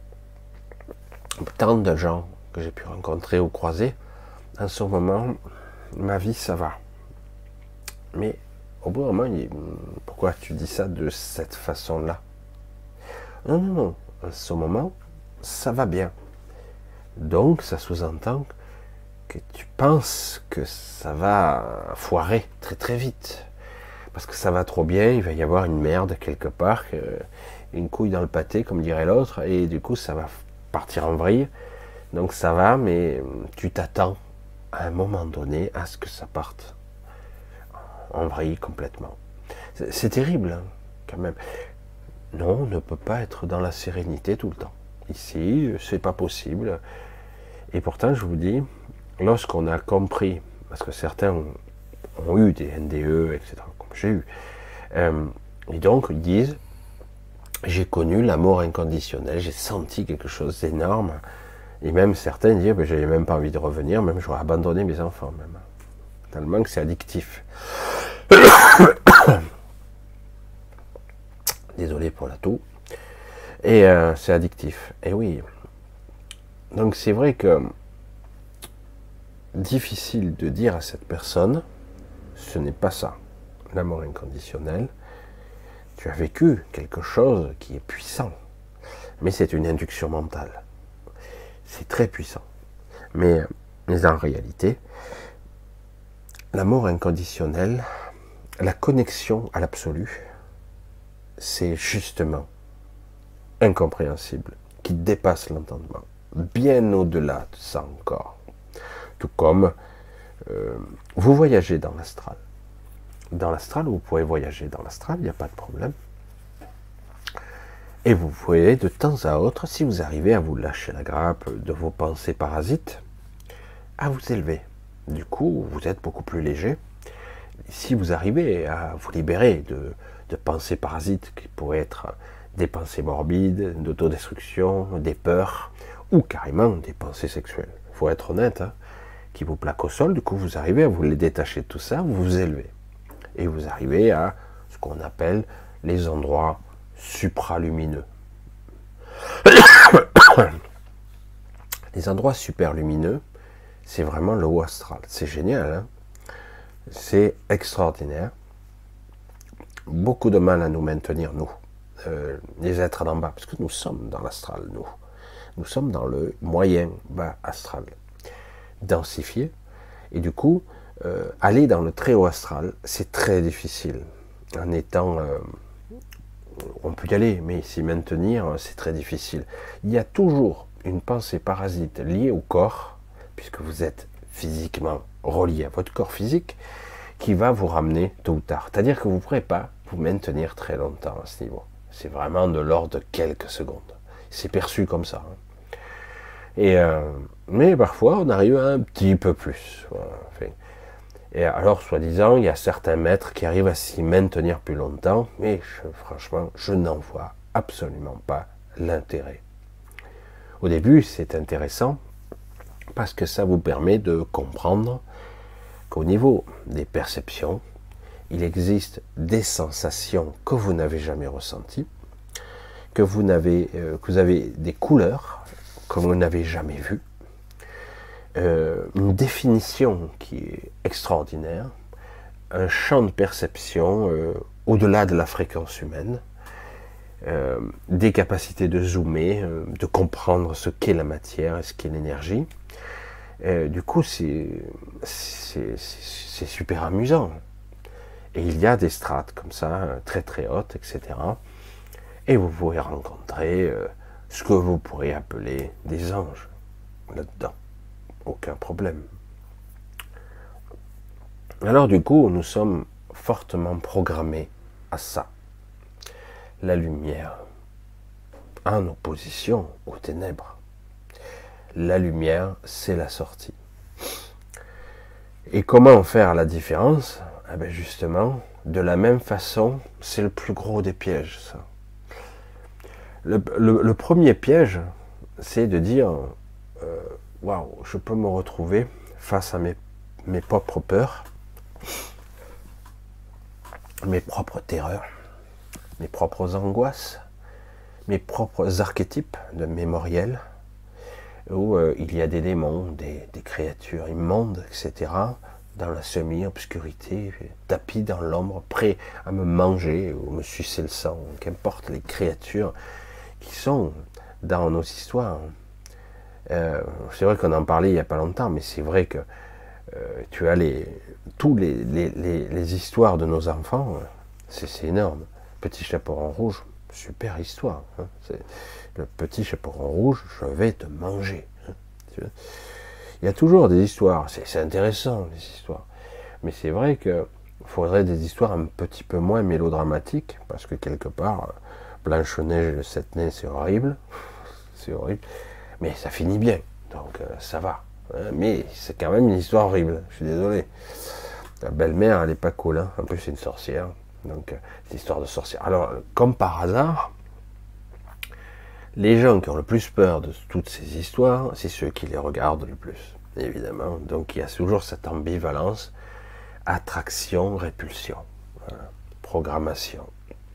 tant de gens que j'ai pu rencontrer ou croiser, en ce moment, ma vie, ça va. Mais au bout d'un moment, pourquoi tu dis ça de cette façon-là? Non, non, non. En ce moment, ça va bien. Donc, ça sous-entend que tu penses que ça va foirer très très vite. Parce que ça va trop bien, il va y avoir une merde quelque part, une couille dans le pâté, comme dirait l'autre, et du coup, ça va partir en vrille. Donc ça va, mais tu t'attends à un moment donné à ce que ça parte en vrille complètement. C'est terrible, hein, quand même. Non, on ne peut pas être dans la sérénité tout le temps. Ici, c'est pas possible. Et pourtant, je vous dis, lorsqu'on a compris, parce que certains ont eu des NDE, etc., comme j'ai eu, et donc ils disent, j'ai connu l'amour inconditionnel, j'ai senti quelque chose d'énorme, et même certains disent, ben, j'avais même pas envie de revenir, même j'aurais abandonné mes enfants, même. Tellement que c'est addictif. Désolé pour la toux. Et c'est addictif. Et oui. Donc c'est vrai que difficile de dire à cette personne, ce n'est pas ça, l'amour inconditionnel. Tu as vécu quelque chose qui est puissant, mais c'est une induction mentale. C'est très puissant. Mais en réalité, l'amour inconditionnel, la connexion à l'absolu, c'est justement incompréhensible, qui dépasse l'entendement, bien au-delà de ça encore. Tout comme vous voyagez dans l'astral. Dans l'astral, vous pouvez voyager dans l'astral, il n'y a pas de problème. Et vous pouvez de temps à autre, si vous arrivez à vous lâcher la grappe de vos pensées parasites, à vous élever. Du coup, vous êtes beaucoup plus léger si vous arrivez à vous libérer de pensées parasites qui pourraient être des pensées morbides, d'autodestruction, des peurs, ou carrément des pensées sexuelles, il faut être honnête, hein, qui vous plaquent au sol, du coup vous arrivez à vous les détacher de tout ça, vous vous élevez. Et vous arrivez à ce qu'on appelle les endroits supralumineux. Les endroits super lumineux, c'est vraiment le haut astral. C'est génial, hein, c'est extraordinaire. Beaucoup de mal à nous maintenir, nous, les êtres d'en bas, parce que nous sommes dans l'astral, nous. Nous sommes dans le moyen bas astral, densifié. Et du coup, aller dans le très haut astral, c'est très difficile. En étant... on peut y aller, mais s'y maintenir, c'est très difficile. Il y a toujours une pensée parasite liée au corps, puisque vous êtes physiquement relié à votre corps physique, qui va vous ramener tôt ou tard. C'est-à-dire que vous ne pourrez pas vous maintenir très longtemps à ce niveau. C'est vraiment de l'ordre de quelques secondes. C'est perçu comme ça. Et, mais parfois, on arrive un petit peu plus. Voilà. Enfin, et alors, soi-disant, il y a certains maîtres qui arrivent à s'y maintenir plus longtemps, mais franchement, je n'en vois absolument pas l'intérêt. Au début, c'est intéressant, parce que ça vous permet de comprendre qu'au niveau des perceptions, il existe des sensations que vous n'avez jamais ressenties, que vous avez des couleurs que vous n'avez jamais vues, une définition qui est extraordinaire, un champ de perception au-delà de la fréquence humaine, des capacités de zoomer, de comprendre ce qu'est la matière et ce qu'est l'énergie. Du coup, c'est super amusant. Et il y a des strates comme ça, très très hautes, etc. Et vous pourrez rencontrer ce que vous pourrez appeler des anges là-dedans. Aucun problème. Alors du coup, nous sommes fortement programmés à ça. La lumière, en opposition aux ténèbres. La lumière, c'est la sortie. Et comment faire la différence? Eh bien justement, de la même façon, c'est le plus gros des pièges, ça. Le premier piège, c'est de dire waouh, je peux me retrouver face à mes propres peurs, mes propres terreurs, mes propres angoisses, mes propres archétypes de mémoriel, où il y a des démons, des créatures immondes, etc., dans la semi-obscurité, tapis dans l'ombre, prêts à me manger ou me sucer le sang, qu'importe les créatures qui sont dans nos histoires. C'est vrai qu'on en parlait il n'y a pas longtemps, mais c'est vrai que tu as tous les histoires de nos enfants, c'est énorme. Petit chaperon rouge, super histoire. Hein. Le petit chaperon rouge, je vais te manger. Hein. Il y a toujours des histoires, c'est intéressant les histoires. Mais c'est vrai qu'il faudrait des histoires un petit peu moins mélodramatiques, parce que quelque part, Blanche-Neige et le Sept-Nains, c'est horrible. C'est horrible. Mais ça finit bien, donc ça va. Hein. Mais c'est quand même une histoire horrible, je suis désolé. La belle-mère, elle n'est pas cool, hein. En plus c'est une sorcière. Donc c'est histoire de sorcière. Alors, comme par hasard, les gens qui ont le plus peur de toutes ces histoires, c'est ceux qui les regardent le plus, évidemment. Donc il y a toujours cette ambivalence, attraction, répulsion, voilà. Programmation.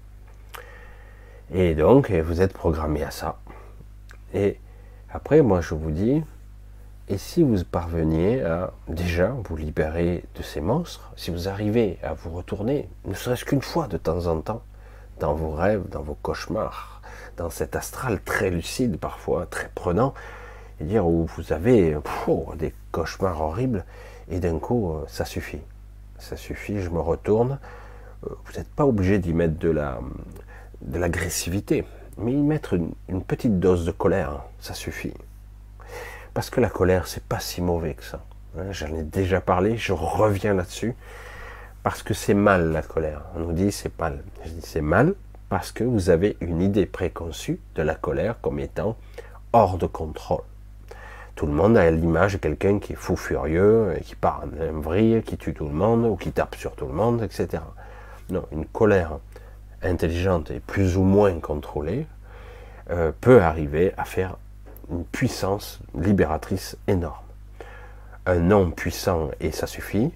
Et donc, vous êtes programmé à ça. Et après, moi je vous dis, et si vous parveniez à déjà vous libérer de ces monstres, si vous arrivez à vous retourner, ne serait-ce qu'une fois de temps en temps, dans vos rêves, dans vos cauchemars, dans cet astral très lucide parfois, très prenant, et dire où vous avez des cauchemars horribles, et d'un coup, ça suffit. Ça suffit, je me retourne. Vous n'êtes pas obligé d'y mettre de l'agressivité, mais y mettre une petite dose de colère, ça suffit. Parce que la colère, c'est pas si mauvais que ça. J'en ai déjà parlé, je reviens là-dessus. Parce que c'est mal la colère. On nous dit c'est mal. Je dis c'est mal parce que vous avez une idée préconçue de la colère comme étant hors de contrôle. Tout le monde a l'image de quelqu'un qui est fou furieux, et qui part en vrille, qui tue tout le monde, ou qui tape sur tout le monde, etc. Non, une colère intelligente et plus ou moins contrôlée peut arriver à faire une puissance libératrice énorme. Un non puissant et ça suffit,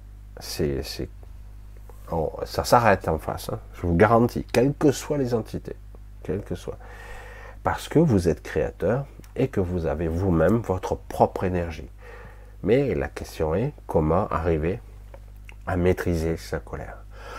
ça s'arrête en face, hein, je vous garantis, quelles que soient les entités, quelles que soient. Parce que vous êtes créateur et que vous avez vous-même votre propre énergie. Mais la question est, comment arriver à maîtriser sa colère?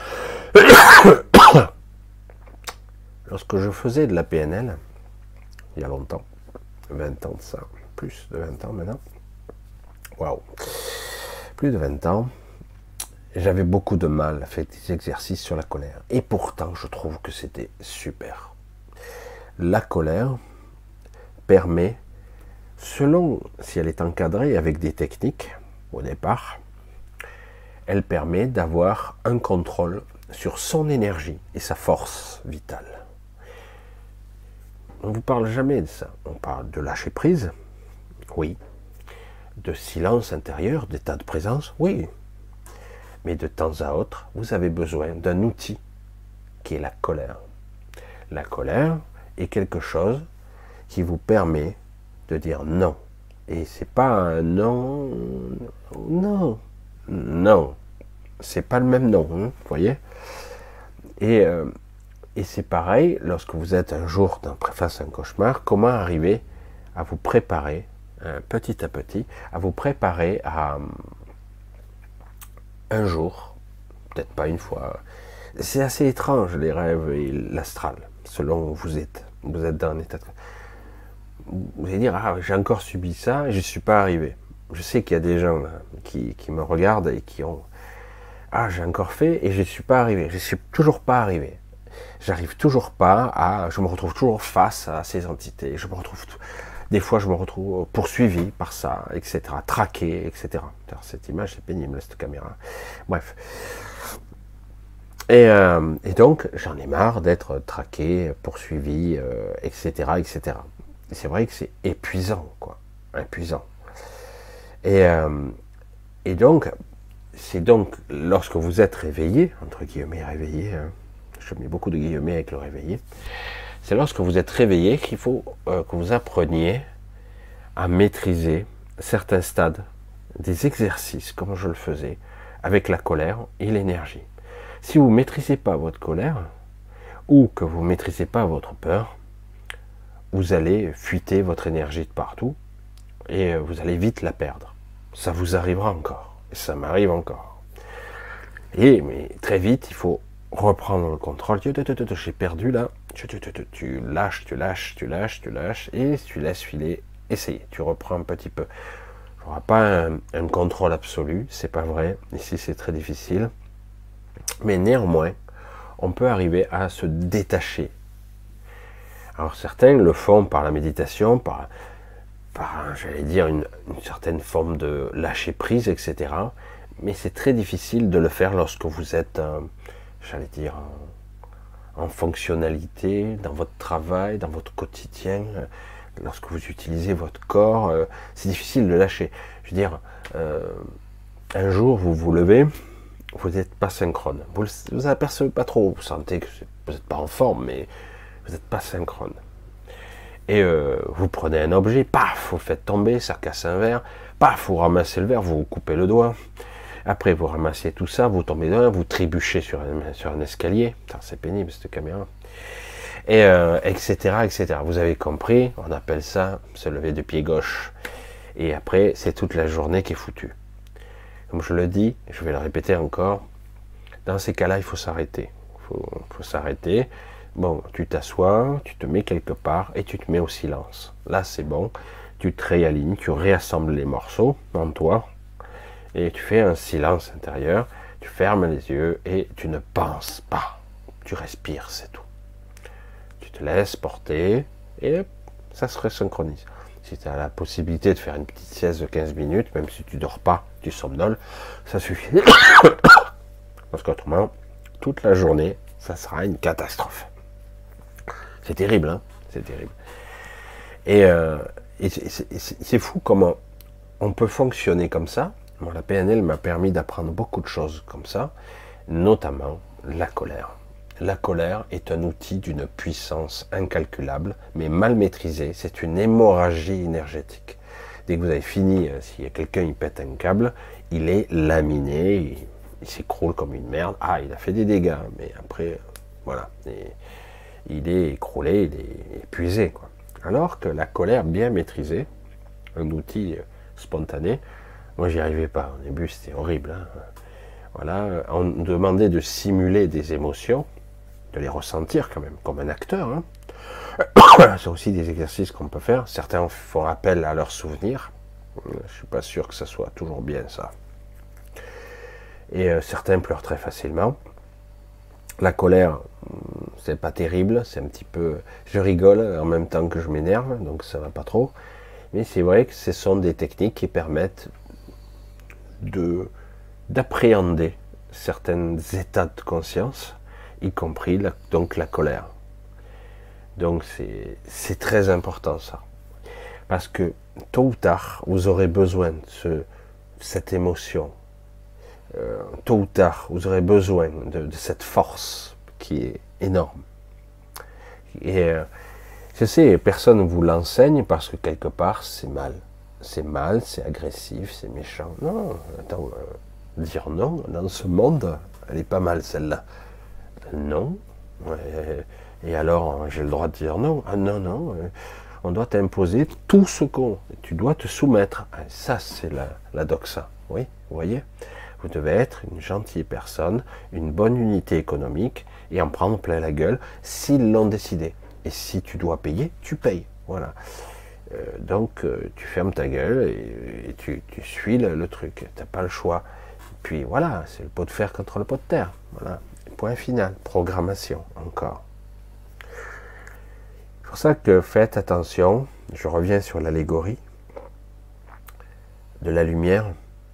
Lorsque je faisais de la PNL, il y a longtemps, 20 ans de ça, plus de 20 ans maintenant, waouh, plus de 20 ans, j'avais beaucoup de mal à faire des exercices sur la colère. Et pourtant, je trouve que c'était super. La colère permet, selon si elle est encadrée avec des techniques, au départ, elle permet d'avoir un contrôle sur son énergie et sa force vitale. On ne vous parle jamais de ça. On parle de lâcher prise, oui. De silence intérieur, d'état de présence, oui. Mais de temps à autre, vous avez besoin d'un outil qui est la colère. La colère est quelque chose qui vous permet de dire non. Et c'est pas un non, non, non. C'est pas le même non, hein, vous voyez. Et c'est pareil, lorsque vous êtes un jour face à un cauchemar, comment arriver à vous préparer, petit à petit, à vous préparer à un jour, peut-être pas une fois. C'est assez étrange les rêves et l'astral, selon où vous êtes. Vous êtes dans un état de... Vous allez dire, ah, j'ai encore subi ça et je ne suis pas arrivé. Je sais qu'il y a des gens là, qui me regardent et qui ont... Ah, j'ai encore fait et je ne suis pas arrivé. Je ne suis toujours pas arrivé. J'arrive toujours pas à... Je me retrouve toujours face à ces entités. Je me retrouve... Des fois, je me retrouve poursuivi par ça, etc. Traqué, etc. Alors, cette image, c'est pénible, cette caméra. Bref. Et donc, j'en ai marre d'être traqué, poursuivi, etc., etc. Et c'est vrai que c'est épuisant, quoi. Épuisant. Et donc, c'est donc, lorsque vous êtes réveillé, entre guillemets réveillé, hein, je mets beaucoup de guillemets avec le réveillé, c'est lorsque vous êtes réveillé qu'il faut que vous appreniez à maîtriser certains stades, des exercices, comme je le faisais, avec la colère et l'énergie. Si vous ne maîtrisez pas votre colère, ou que vous ne maîtrisez pas votre peur, vous allez fuiter votre énergie de partout, et vous allez vite la perdre. Ça vous arrivera encore, et ça m'arrive encore. Mais très vite, il faut reprendre le contrôle. J'ai perdu là. Tu lâches, et tu laisses filer. Essayez, tu reprends un petit peu. Il n'y aura pas un contrôle absolu, c'est pas vrai. Ici, c'est très difficile. Mais néanmoins, on peut arriver à se détacher. Alors certains le font par la méditation, par j'allais dire, une certaine forme de lâcher prise, etc. Mais c'est très difficile de le faire lorsque vous êtes, j'allais dire, en fonctionnalité, dans votre travail, dans votre quotidien, lorsque vous utilisez votre corps, c'est difficile de lâcher. Je veux dire, un jour vous vous levez, vous n'êtes pas synchrone. Vous vous apercevez pas trop, vous sentez que vous n'êtes pas en forme, mais vous n'êtes pas synchrone. Et vous prenez un objet, paf, vous le faites tomber, ça casse un verre, paf, vous ramassez le verre, vous vous coupez le doigt. Après, vous ramassez tout ça, vous tombez dedans, vous trébuchez sur un escalier. C'est pénible, cette caméra. Et etc., etc. Vous avez compris, on appelle ça se lever de pied gauche. Et après, c'est toute la journée qui est foutue. Comme je le dis, je vais le répéter encore, dans ces cas-là, il faut s'arrêter. Il faut s'arrêter. Bon, tu t'assois, tu te mets quelque part et tu te mets au silence. Là, c'est bon. Tu te réalignes, tu réassembles les morceaux en toi et tu fais un silence intérieur. Tu fermes les yeux et tu ne penses pas. Tu respires, c'est tout. Tu te laisses porter et ça se resynchronise. Si tu as la possibilité de faire une petite sieste de 15 minutes, même si tu dors pas, tu somnoles, ça suffit. Parce qu'autrement, toute la journée, ça sera une catastrophe. C'est terrible, hein, c'est terrible. Et Et c'est fou comment on peut fonctionner comme ça. Bon, la PNL m'a permis d'apprendre beaucoup de choses comme ça, notamment la colère. La colère est un outil d'une puissance incalculable, mais mal maîtrisée. C'est une hémorragie énergétique. Dès que vous avez fini, s'il y a quelqu'un qui pète un câble, il est laminé, il s'écroule comme une merde. Ah, il a fait des dégâts, mais après, voilà. Et il est écroulé, il est épuisé, quoi. Alors que la colère bien maîtrisée, un outil spontané, moi j'y arrivais pas. Au début c'était horrible. Hein. Voilà, on demandait de simuler des émotions, de les ressentir quand même, comme un acteur. Hein. C'est aussi des exercices qu'on peut faire. Certains font appel à leurs souvenirs. Je suis pas sûr que ça soit toujours bien ça. Et certains pleurent très facilement. La colère, c'est pas terrible, c'est un petit peu... Je rigole en même temps que je m'énerve, donc ça va pas trop. Mais c'est vrai que ce sont des techniques qui permettent d'appréhender certains états de conscience, y compris donc la colère. Donc c'est très important ça. Parce que tôt ou tard, vous aurez besoin de cette émotion. Tôt ou tard, vous aurez besoin de cette force qui est énorme. Et je sais, personne ne vous l'enseigne parce que quelque part, c'est mal. C'est mal, c'est agressif, c'est méchant. Non, attends, dire non dans ce monde, elle est pas mal celle-là. Non. Et alors, j'ai le droit de dire non. Ah non, non. On doit t'imposer tout ce qu'on... Tu dois te soumettre. Ça, c'est la doxa. Oui, vous voyez ? Vous devez être une gentille personne, une bonne unité économique et en prendre plein la gueule s'ils l'ont décidé. Et si tu dois payer, tu payes. Voilà. Donc, tu fermes ta gueule et tu suis le truc. Tu n'as pas le choix. Puis voilà, c'est le pot de fer contre le pot de terre. Voilà. Point final. Programmation, encore. C'est pour ça que faites attention. Je reviens sur l'allégorie de la lumière.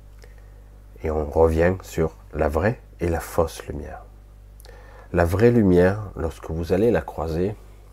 Et on revient sur la vraie et la fausse lumière. La vraie lumière, lorsque vous allez la croiser,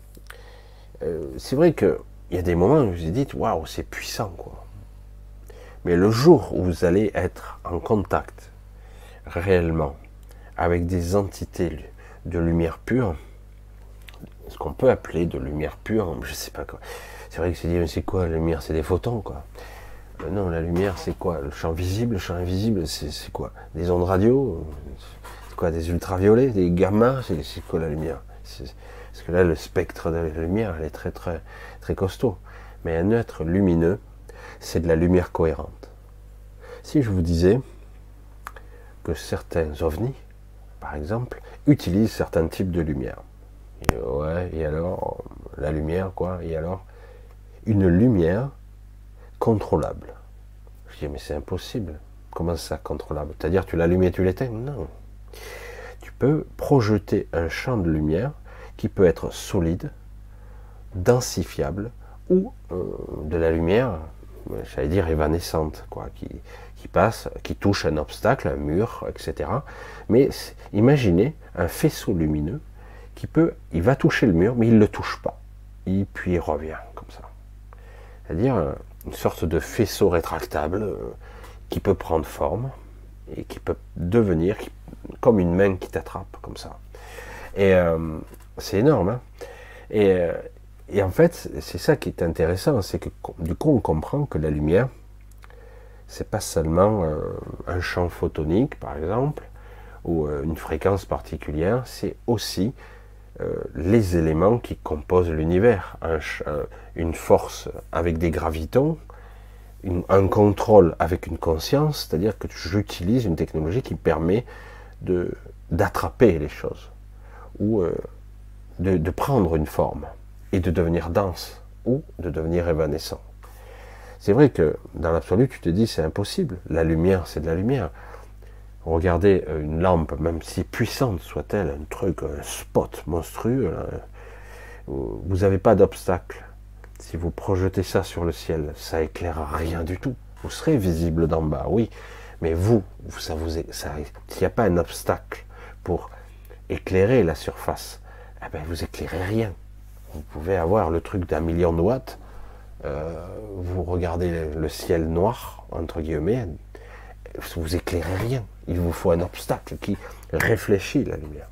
c'est vrai qu'il y a des moments où vous vous dites, waouh, c'est puissant, quoi. Mais le jour où vous allez être en contact réellement avec des entités de lumière pure, ce qu'on peut appeler de lumière pure, je sais pas quoi. C'est vrai que c'est dit, mais c'est quoi la lumière? C'est des photons, quoi. Non, la lumière, c'est quoi? Le champ visible, le champ invisible, c'est quoi? Des ondes radio? C'est quoi? Des ultraviolets? Des gamma? C'est quoi la lumière? Parce que là, le spectre de la lumière, elle est très, très, très costaud. Mais un être lumineux, c'est de la lumière cohérente. Si je vous disais que certains ovnis, par exemple, utilisent certains types de lumière. Et ouais, et alors, la lumière, quoi? Et alors, une lumière contrôlable. Je dis, mais c'est impossible. Comment ça, contrôlable? C'est-à-dire, tu l'allumes et tu l'éteins? Non. Tu peux projeter un champ de lumière qui peut être solide, densifiable, ou de la lumière, j'allais dire évanescente, quoi, qui passe, qui touche un obstacle, un mur, etc. Mais imaginez un faisceau lumineux il va toucher le mur, mais il ne le touche pas. Et puis il revient, comme ça. C'est-à-dire une sorte de faisceau rétractable qui peut prendre forme et qui peut devenir comme une main qui t'attrape, comme ça. Et c'est énorme. Hein. Et en fait, c'est ça qui est intéressant, c'est que du coup, on comprend que la lumière, c'est pas seulement un champ photonique, par exemple, ou une fréquence particulière, c'est aussi les éléments qui composent l'univers, une force avec des gravitons, un contrôle avec une conscience, c'est-à-dire que j'utilise une technologie qui permet d'attraper les choses, ou de prendre une forme, et de devenir dense, ou de devenir évanescent. C'est vrai que dans l'absolu, tu te dis c'est impossible, la lumière c'est de la lumière. Regardez une lampe, même si puissante soit-elle, un truc, un spot monstrueux, là, vous n'avez pas d'obstacle. Si vous projetez ça sur le ciel, ça éclaire rien du tout. Vous serez visible d'en bas, oui, mais s'il n'y a pas un obstacle pour éclairer la surface, eh ben vous éclairez rien. Vous pouvez avoir le truc d'1 million de watts, vous regardez le ciel noir, entre guillemets, vous éclairez rien. Il vous faut un obstacle qui réfléchit la lumière.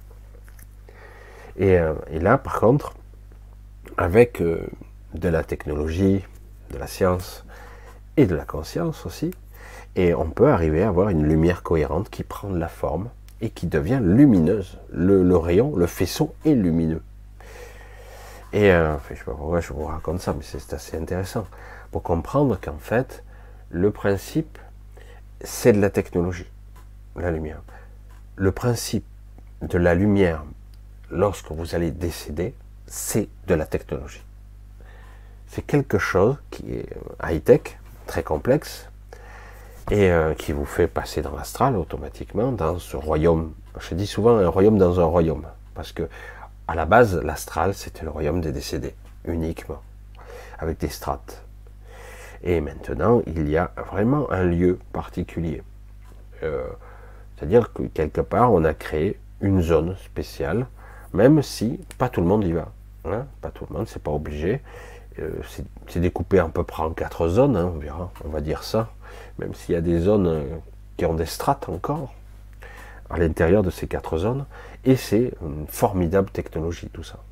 Et là, par contre, avec de la technologie, de la science et de la conscience aussi, et on peut arriver à avoir une lumière cohérente qui prend de la forme et qui devient lumineuse. Le rayon, le faisceau est lumineux. Et je sais pas pourquoi je vous raconte ça, mais c'est assez intéressant pour comprendre qu'en fait, le principe, c'est de la technologie, la lumière. Le principe de la lumière, lorsque vous allez décéder, c'est de la technologie. C'est quelque chose qui est high-tech, très complexe, et qui vous fait passer dans l'astral automatiquement, dans ce royaume. Je dis souvent un royaume dans un royaume, parce que à la base, l'astral, c'était le royaume des décédés, uniquement, avec des strates. Et maintenant, il y a vraiment un lieu particulier. C'est-à-dire que quelque part, on a créé une zone spéciale, même si pas tout le monde y va. Hein, pas tout le monde, c'est pas obligé. C'est découpé à peu près en 4 zones, hein, on verra, on va dire ça. Même s'il y a des zones qui ont des strates encore, à l'intérieur de ces 4 zones, et c'est une formidable technologie tout ça.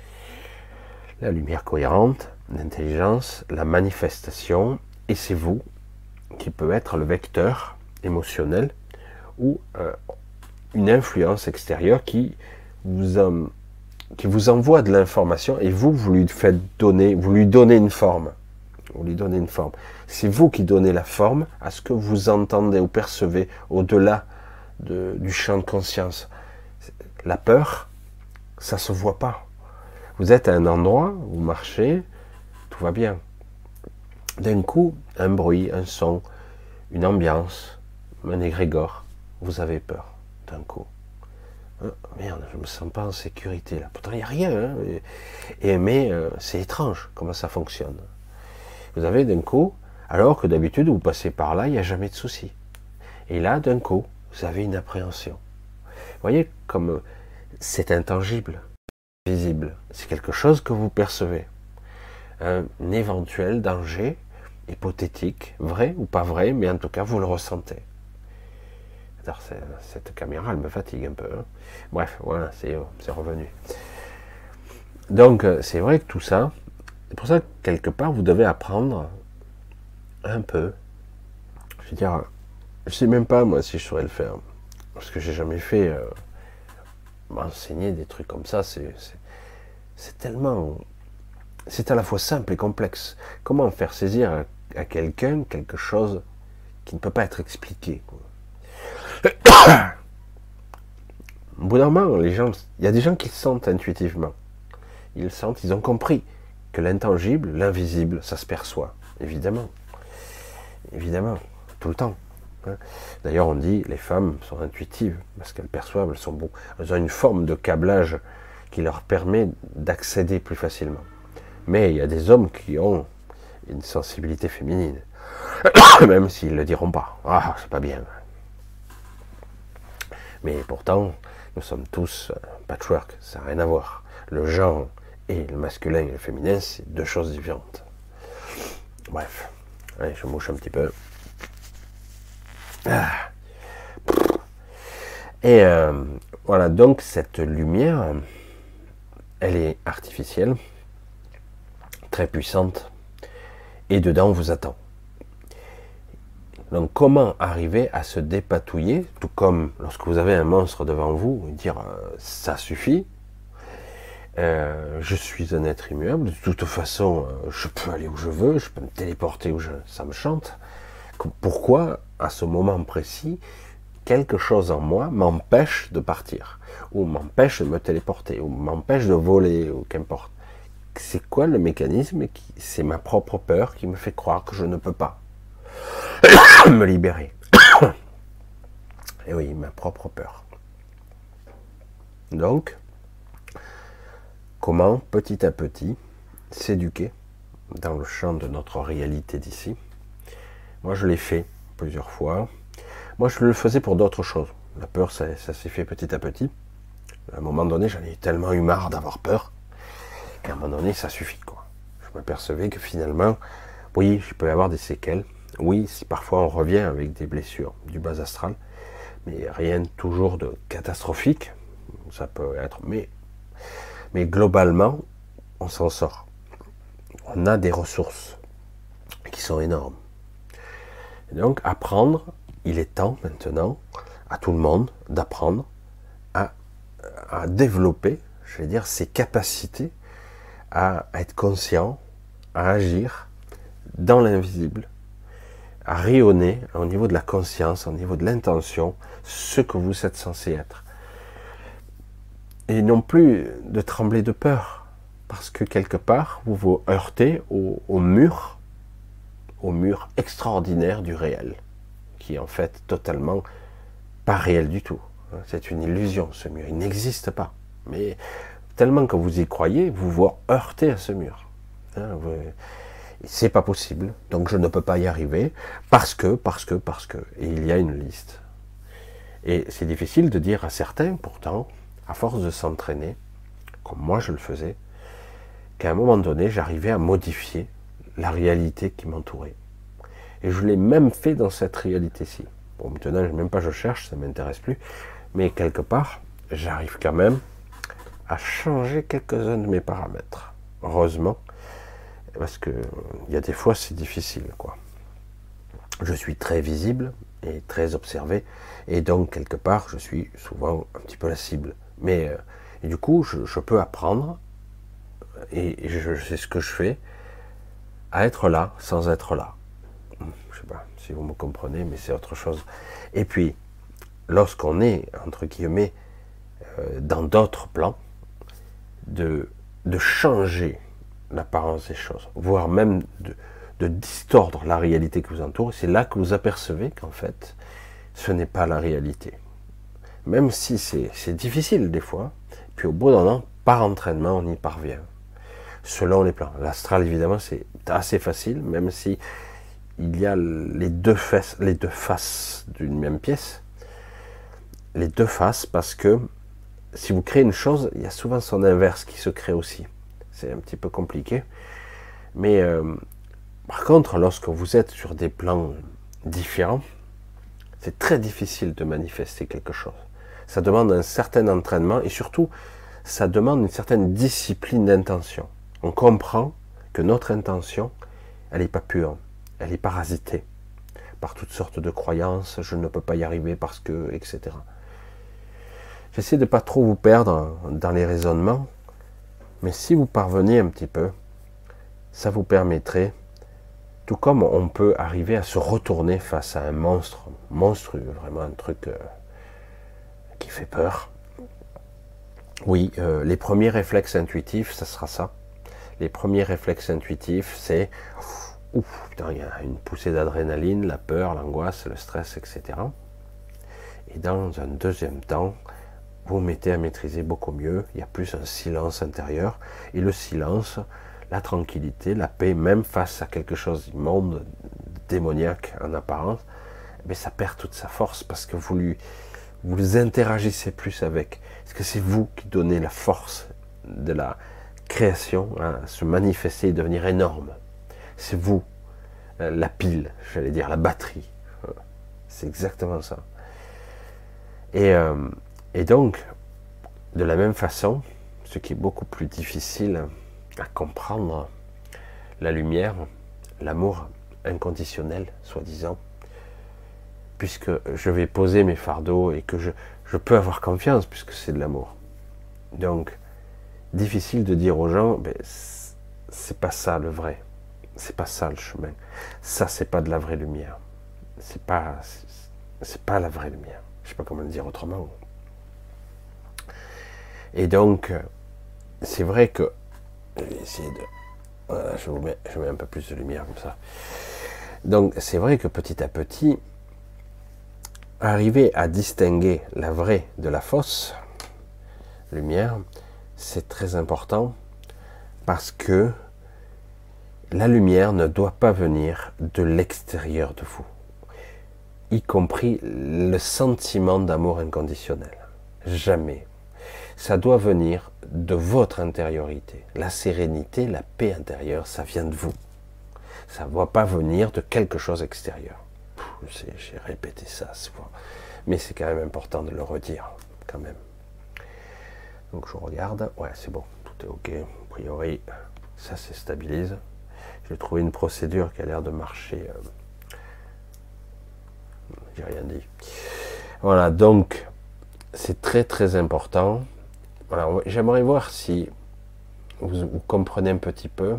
La lumière cohérente, l'intelligence, la manifestation, et c'est vous qui peut être le vecteur émotionnel ou une influence extérieure qui vous envoie de l'information et vous lui faites donner, vous lui donnez une forme. Vous lui donnez une forme. C'est vous qui donnez la forme à ce que vous entendez ou percevez au-delà du champ de conscience. La peur, ça se voit pas. Vous êtes à un endroit, vous marchez, tout va bien. D'un coup, un bruit, un son, une ambiance, un égrégore, vous avez peur, d'un coup. Oh, merde, je me sens pas en sécurité là. Pourtant, il n'y a rien. Hein, mais c'est étrange comment ça fonctionne. Vous avez d'un coup, alors que d'habitude, vous passez par là, il n'y a jamais de souci. Et là, d'un coup, vous avez une appréhension. Vous voyez comme c'est intangible, visible. C'est quelque chose que vous percevez. Un éventuel danger hypothétique, vrai ou pas vrai, mais en tout cas, vous le ressentez. Alors, cette caméra, elle me fatigue un peu. Hein. Bref, voilà, c'est revenu. Donc, c'est vrai que tout ça, c'est pour ça que quelque part, vous devez apprendre un peu. Je veux dire, je sais même pas, moi, si je saurais le faire. Parce que j'ai jamais fait m'enseigner des trucs comme ça. C'est tellement... C'est à la fois simple et complexe. Comment faire saisir à quelqu'un quelque chose qui ne peut pas être expliqué, quoi. Au bout d'un moment, il y a des gens qui le sentent intuitivement. Ils le sentent, ils ont compris que l'intangible, l'invisible, ça se perçoit, évidemment. Évidemment, tout le temps. D'ailleurs, on dit les femmes sont intuitives parce qu'elles perçoivent, elles ont une forme de câblage qui leur permet d'accéder plus facilement. Mais il y a des hommes qui ont une sensibilité féminine, même s'ils ne le diront pas. Ah, c'est pas bien. Mais pourtant, nous sommes tous patchwork, ça n'a rien à voir. Le genre et le masculin et le féminin, c'est deux choses différentes. Bref, allez, je mouche un petit peu. Ah. Et voilà, donc cette lumière, elle est artificielle, très puissante, et dedans on vous attend. Donc comment arriver à se dépatouiller, tout comme lorsque vous avez un monstre devant vous, dire ça suffit, je suis un être immuable, de toute façon je peux aller où je veux, je peux me téléporter ça me chante. Pourquoi à ce moment précis quelque chose en moi m'empêche de partir, ou m'empêche de me téléporter, ou m'empêche de voler, ou qu'importe. C'est quoi le mécanisme? C'est ma propre peur qui me fait croire que je ne peux pas me libérer. Et oui, ma propre peur. Donc, comment petit à petit s'éduquer dans le champ de notre réalité d'ici? Moi, je l'ai fait plusieurs fois. Moi, je le faisais pour d'autres choses. La peur, ça s'est fait petit à petit. À un moment donné, j'en ai tellement eu marre d'avoir peur qu'à un moment donné, ça suffit, quoi. m'apercevais que finalement, oui, je peux avoir des séquelles. Oui, si parfois on revient avec des blessures du bas astral, mais rien toujours de catastrophique. Ça peut être, mais globalement, on s'en sort. On a des ressources qui sont énormes. Et donc, apprendre, il est temps maintenant, à tout le monde, d'apprendre à développer, je vais dire, ses capacités à être conscient, à agir dans l'invisible, à rayonner au niveau de la conscience, au niveau de l'intention, ce que vous êtes censé être. Et non plus de trembler de peur, parce que quelque part, vous vous heurtez au mur extraordinaire du réel, qui est en fait totalement pas réel du tout. C'est une illusion, ce mur, il n'existe pas. Mais tellement que vous y croyez, vous vous heurtez à ce mur. C'est pas possible, donc je ne peux pas y arriver, parce que, et il y a une liste. Et c'est difficile de dire à certains, pourtant, à force de s'entraîner, comme moi je le faisais, qu'à un moment donné, j'arrivais à modifier la réalité qui m'entourait. Et je l'ai même fait dans cette réalité-ci. Bon, maintenant, même pas je cherche, ça ne m'intéresse plus, mais quelque part, j'arrive quand même à changer quelques-uns de mes paramètres. Heureusement, parce que il y a des fois, c'est difficile, quoi. Je suis très visible et très observé, et donc, quelque part, je suis souvent un petit peu la cible. Mais, et du coup, je peux apprendre, et je sais ce que je fais, à être là, sans être là. Je sais pas si vous me comprenez, mais c'est autre chose. Et puis, lorsqu'on est, entre guillemets, dans d'autres plans, de changer l'apparence des choses, voire même de distordre la réalité qui vous entoure, c'est là que vous apercevez qu'en fait, ce n'est pas la réalité. Même si c'est difficile des fois, puis au bout d'un an, par entraînement, on y parvient. Selon les plans. L'astral, évidemment, c'est assez facile, même si il y a les deux faces d'une même pièce. Les deux faces, parce que si vous créez une chose, il y a souvent son inverse qui se crée aussi. C'est un petit peu compliqué. Mais par contre, lorsque vous êtes sur des plans différents, c'est très difficile de manifester quelque chose. Ça demande un certain entraînement et surtout, ça demande une certaine discipline d'intention. On comprend que notre intention, elle n'est pas pure, elle est parasitée par toutes sortes de croyances, je ne peux pas y arriver parce que, etc. J'essaie de ne pas trop vous perdre dans les raisonnements, mais si vous parvenez un petit peu, ça vous permettrait, tout comme on peut arriver à se retourner face à un monstre, monstrueux, vraiment un truc qui fait peur. Oui, les premiers réflexes intuitifs, ça sera ça. Les premiers réflexes intuitifs, c'est ouf, putain, il y a une poussée d'adrénaline, la peur, l'angoisse, le stress, etc. Et dans un deuxième temps, vous mettez à maîtriser beaucoup mieux, il y a plus un silence intérieur, et le silence, la tranquillité, la paix, même face à quelque chose d'immonde, démoniaque en apparence, mais ça perd toute sa force parce que vous interagissez plus avec. Parce que c'est vous qui donnez la force de la création à se manifester et devenir énorme. C'est vous, la pile, j'allais dire, la batterie. C'est exactement ça. Et donc, de la même façon, ce qui est beaucoup plus difficile à comprendre, la lumière, l'amour inconditionnel, soi-disant, puisque je vais poser mes fardeaux et que je peux avoir confiance puisque c'est de l'amour. Donc, difficile de dire aux gens, ben, c'est pas ça le vrai, c'est pas ça le chemin, ça c'est pas de la vraie lumière, c'est pas la vraie lumière, je sais pas comment le dire autrement. Et donc, c'est vrai que, je vais essayer de, voilà, je mets un peu plus de lumière comme ça. Donc, c'est vrai que petit à petit, arriver à distinguer la vraie de la fausse lumière, c'est très important parce que la lumière ne doit pas venir de l'extérieur de vous, y compris le sentiment d'amour inconditionnel. Jamais. Ça doit venir de votre intériorité. La sérénité, la paix intérieure, ça vient de vous. Ça ne doit pas venir de quelque chose extérieur. J'ai répété ça souvent. Mais c'est quand même important de le redire, quand même. Donc je regarde. Ouais, c'est bon. Tout est OK. A priori, ça se stabilise. J'ai trouvé une procédure qui a l'air de marcher. J'ai rien dit. Voilà, donc, c'est très très important. Voilà, j'aimerais voir si vous comprenez un petit peu.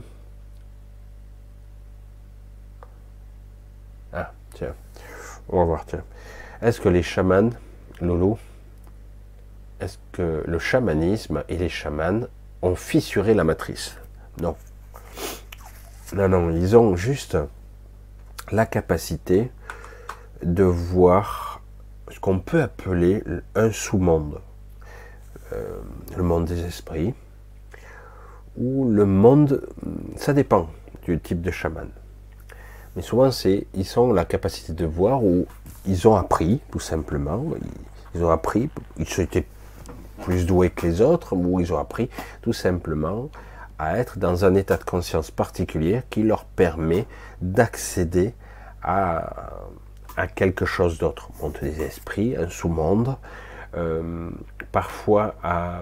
Ah, tiens. On va voir, tiens. Est-ce que les chamans, Lolo, est-ce que le chamanisme et les chamans ont fissuré la matrice? Non. Non, non, ils ont juste la capacité de voir ce qu'on peut appeler un sous-monde. Le monde des esprits, ou le monde, ça dépend du type de chaman. Mais souvent, ils ont la capacité de voir, ou ils ont appris, tout simplement, ils ont appris, ils étaient plus doués que les autres, ou ils ont appris, tout simplement, à être dans un état de conscience particulier qui leur permet d'accéder à quelque chose d'autre. Monde des esprits, un sous-monde, parfois à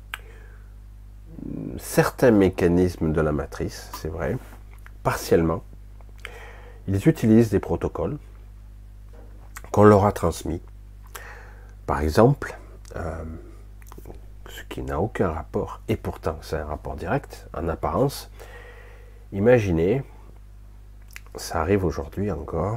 certains mécanismes de la matrice, c'est vrai, partiellement. Ils utilisent des protocoles qu'on leur a transmis. Par exemple, ce qui n'a aucun rapport, et pourtant c'est un rapport direct, en apparence. Imaginez, ça arrive aujourd'hui encore,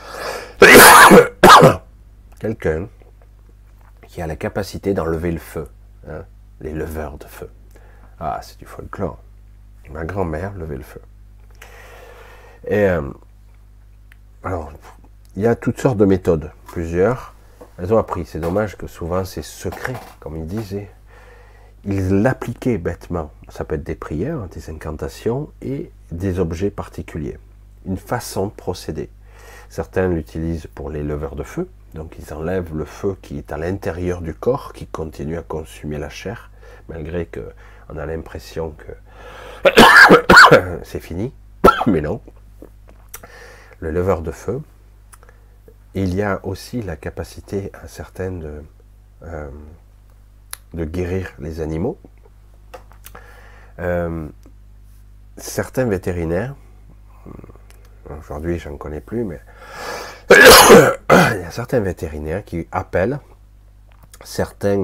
quelqu'un qui a la capacité d'enlever le feu, hein, les leveurs de feu. Ah, c'est du folklore. Ma grand-mère levait le feu. Et alors, il y a toutes sortes de méthodes, plusieurs. Elles ont appris. C'est dommage que souvent c'est secret, comme ils disaient. Ils l'appliquaient bêtement. Ça peut être des prières, des incantations et des objets particuliers. Une façon de procéder. Certains l'utilisent pour les leveurs de feu. Donc ils enlèvent le feu qui est à l'intérieur du corps, qui continue à consumer la chair, malgré qu'on a l'impression que c'est fini. Mais non. Le leveur de feu, il y a aussi la capacité certaine de guérir les animaux. Certains vétérinaires, aujourd'hui j'en connais plus, mais il y a certains vétérinaires qui appellent certains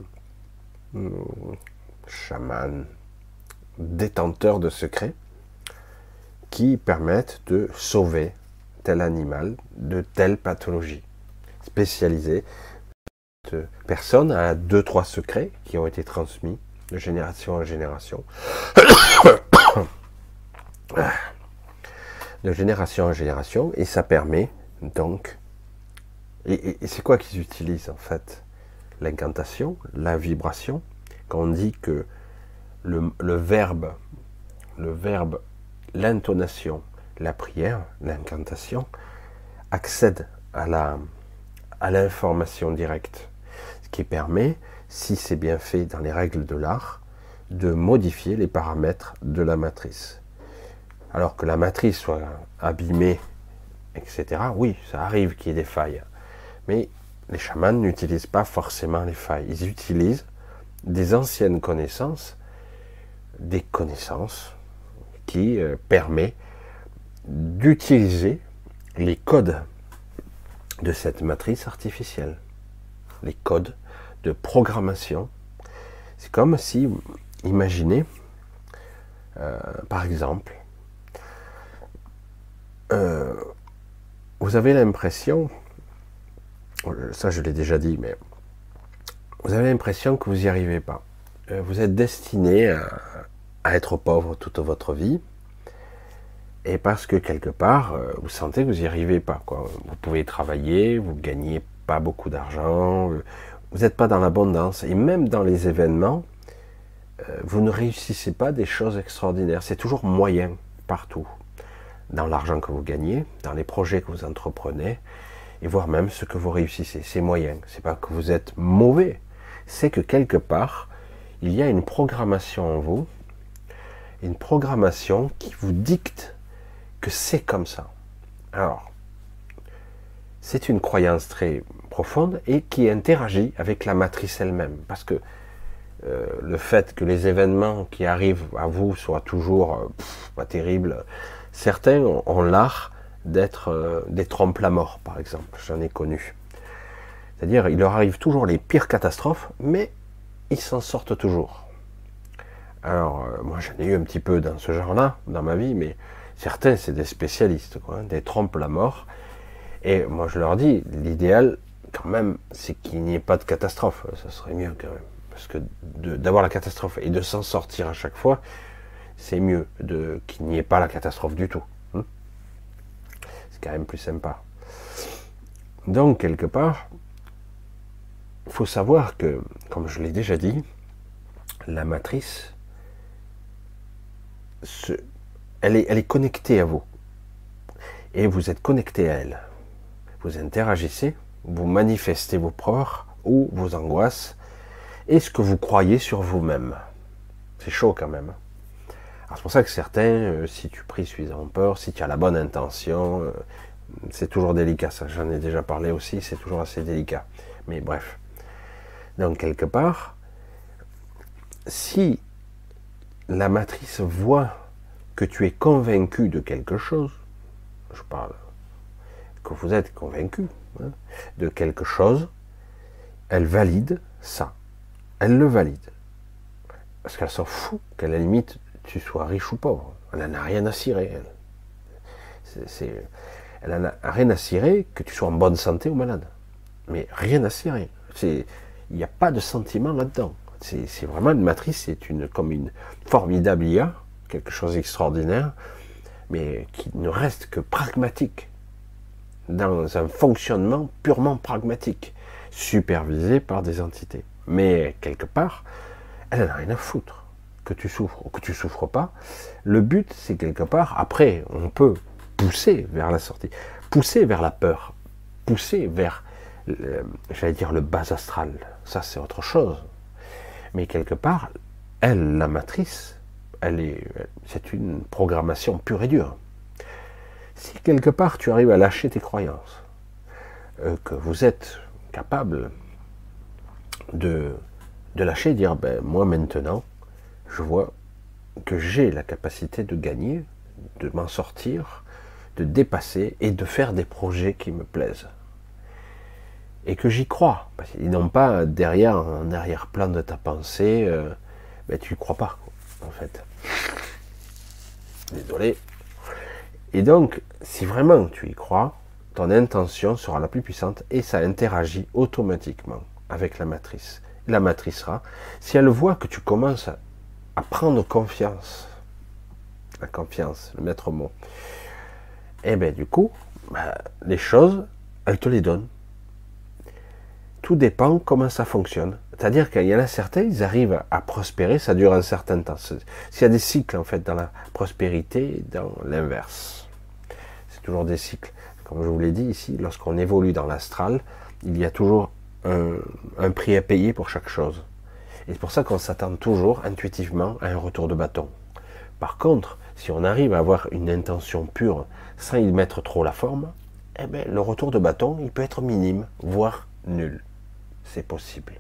chamans, détenteurs de secrets, qui permettent de sauver tel animal de telle pathologie spécialisée. Personne a 2-3 secrets qui ont été transmis de génération en génération. De génération en génération, et ça permet donc, et c'est quoi qu'ils utilisent en fait? L'incantation, la vibration. Quand on dit que le verbe, l'intonation, la prière, l'incantation, accède à l'information directe. Ce qui permet, si c'est bien fait dans les règles de l'art, de modifier les paramètres de la matrice. Alors que la matrice soit abîmée, etc., oui, ça arrive qu'il y ait des failles. Mais les chamans n'utilisent pas forcément les failles. Ils utilisent des anciennes connaissances, des connaissances qui permettent d'utiliser les codes de cette matrice artificielle, les codes de programmation. C'est comme si, imaginez, par exemple, vous avez l'impression, ça je l'ai déjà dit, mais vous avez l'impression que vous n'y arrivez pas. Vous êtes destiné à être pauvre toute votre vie, et parce que quelque part, vous sentez que vous n'y arrivez pas, quoi. Vous pouvez travailler, vous gagnez pas beaucoup d'argent, vous n'êtes pas dans l'abondance, et même dans les événements, vous ne réussissez pas des choses extraordinaires. C'est toujours moyen, partout. Dans l'argent que vous gagnez, dans les projets que vous entreprenez, et voire même ce que vous réussissez. C'est moyen. C'est pas que vous êtes mauvais, c'est que quelque part, il y a une programmation en vous, une programmation qui vous dicte que c'est comme ça. Alors, c'est une croyance très profonde et qui interagit avec la matrice elle-même, parce que le fait que les événements qui arrivent à vous soient toujours pas terribles, certains ont l'art d'être des trompe-la-mort, par exemple, j'en ai connu. C'est-à-dire, il leur arrive toujours les pires catastrophes, mais ils s'en sortent toujours. Alors, moi j'en ai eu un petit peu dans ce genre-là, dans ma vie, mais certains c'est des spécialistes, quoi, des trompe-la-mort. Et moi je leur dis, l'idéal, quand même, c'est qu'il n'y ait pas de catastrophe. Ça serait mieux quand même. Parce que d'avoir la catastrophe et de s'en sortir à chaque fois, c'est mieux qu'il n'y ait pas la catastrophe du tout. C'est quand même plus sympa. Donc, quelque part, il faut savoir que, comme je l'ai déjà dit, la matrice, elle est connectée à vous. Et vous êtes connecté à elle. Vous interagissez, vous manifestez vos peurs ou vos angoisses et ce que vous croyez sur vous-même. C'est chaud quand même. Alors c'est pour ça que certains, si tu pries suffisamment peur, si tu as la bonne intention, c'est toujours délicat, ça j'en ai déjà parlé aussi, c'est toujours assez délicat. Mais bref. Donc quelque part, si la matrice voit que tu es convaincu de quelque chose, je parle que vous êtes convaincu de quelque chose, elle valide ça. Elle le valide. Parce qu'elle s'en fout qu'à la limite tu sois riche ou pauvre. Elle n'en a rien à cirer. Elle n'en a rien à cirer que tu sois en bonne santé ou malade. Mais rien à cirer. Il n'y a pas de sentiment là-dedans. C'est vraiment une matrice, c'est comme une formidable IA, quelque chose d'extraordinaire, mais qui ne reste que pragmatique, dans un fonctionnement purement pragmatique, supervisé par des entités. Mais quelque part, elle n'a rien à foutre que tu souffres ou que tu souffres pas. Le but, c'est quelque part, après, on peut pousser vers la sortie, pousser vers la peur, pousser vers, j'allais dire, le bas astral. Ça, c'est autre chose. Mais quelque part, elle, la matrice, c'est une programmation pure et dure. Si quelque part tu arrives à lâcher tes croyances, que vous êtes capable de lâcher, dire, ben, moi maintenant, je vois que j'ai la capacité de gagner, de m'en sortir, de dépasser et de faire des projets qui me plaisent. Et que j'y crois. Parce qu'ils n'ont pas derrière, en arrière-plan de ta pensée, ben, tu n'y crois pas, en fait. Désolé. Et donc, si vraiment tu y crois, ton intention sera la plus puissante et ça interagit automatiquement avec la matrice. La matrice sera, si elle voit que tu commences à prendre confiance, la confiance, le maître mot, et bien du coup, les choses, elle te les donne. Tout dépend comment ça fonctionne. C'est-à-dire qu'il y en a certains, ils arrivent à prospérer, ça dure un certain temps. S'il y a des cycles en fait dans la prospérité et dans l'inverse. C'est toujours des cycles. Comme je vous l'ai dit ici, lorsqu'on évolue dans l'astral, il y a toujours un prix à payer pour chaque chose. Et c'est pour ça qu'on s'attend toujours intuitivement à un retour de bâton. Par contre, si on arrive à avoir une intention pure sans y mettre trop la forme, eh bien, le retour de bâton, il peut être minime, voire nul. C'est possible.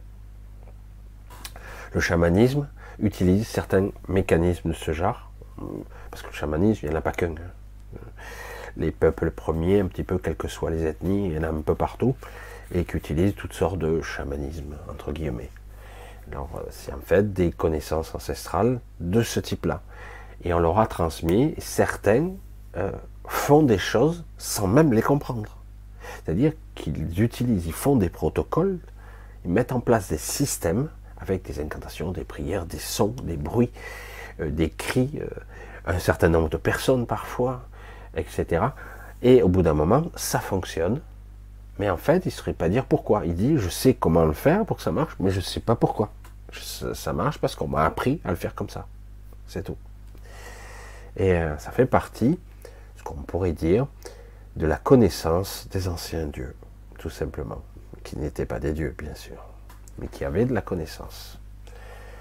Le chamanisme utilise certains mécanismes de ce genre, parce que le chamanisme, il n'y en a pas qu'un. Les peuples premiers, un petit peu, quelles que soient les ethnies, il y en a un peu partout, et qui utilisent toutes sortes de chamanisme, entre guillemets. Alors, c'est en fait des connaissances ancestrales de ce type-là. Et on leur a transmis, certains font des choses sans même les comprendre. C'est-à-dire qu'ils utilisent, ils font des protocoles, ils mettent en place des systèmes avec des incantations, des prières, des sons, des bruits, des cris, un certain nombre de personnes parfois, etc. Et au bout d'un moment, ça fonctionne. Mais en fait, il ne saurait pas dire pourquoi. Il dit, je sais comment le faire pour que ça marche, mais je ne sais pas pourquoi. Ça marche parce qu'on m'a appris à le faire comme ça. C'est tout. Et ça fait partie, ce qu'on pourrait dire, de la connaissance des anciens dieux, tout simplement. Qui n'étaient pas des dieux, bien sûr, mais qui avaient de la connaissance.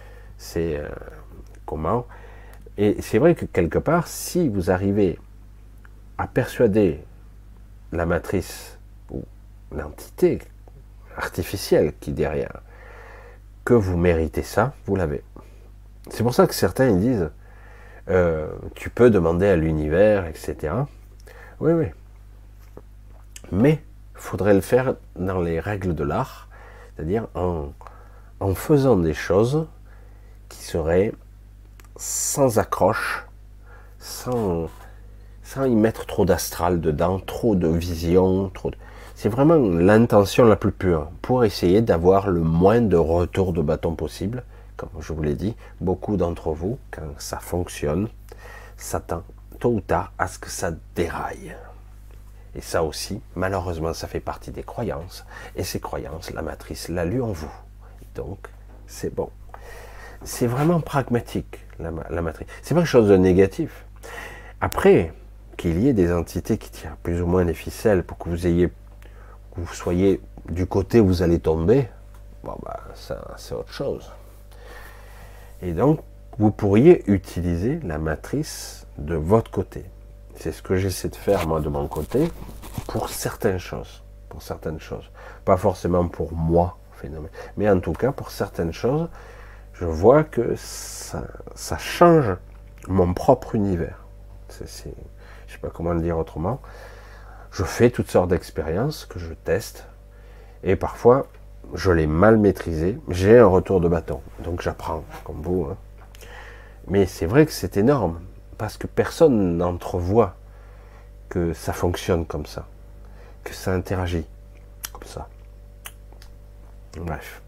C'est comment. Et c'est vrai que quelque part, si vous arrivez à persuader la matrice ou l'entité artificielle qui est derrière que vous méritez ça, vous l'avez. C'est pour ça que certains ils disent tu peux demander à l'univers, etc. Oui, oui. Mais il faudrait le faire dans les règles de l'art, c'est-à-dire en faisant des choses qui seraient sans accroche, sans y mettre trop d'astral dedans, trop de vision, c'est vraiment l'intention la plus pure pour essayer d'avoir le moins de retours de bâton possible. Comme je vous l'ai dit, beaucoup d'entre vous, quand ça fonctionne, s'attend tôt ou tard à ce que ça déraille. Et ça aussi, malheureusement, ça fait partie des croyances. Et ces croyances, la matrice l'a lu en vous. Donc, c'est bon. C'est vraiment pragmatique, la matrice. C'est pas quelque chose de négatif. Après, qu'il y ait des entités qui tirent plus ou moins les ficelles pour que vous soyez du côté où vous allez tomber, bon bah ça c'est autre chose. Et donc vous pourriez utiliser la matrice de votre côté. C'est ce que j'essaie de faire moi de mon côté pour certaines choses, pas forcément pour moi, mais en tout cas pour certaines choses, je vois que ça change mon propre univers. Je sais pas comment le dire autrement. Je fais toutes sortes d'expériences que je teste et parfois je l'ai mal maîtrisé. J'ai un retour de bâton, donc j'apprends comme vous. Hein. Mais c'est vrai que c'est énorme parce que personne n'entrevoit que ça fonctionne comme ça, que ça interagit comme ça. Bref.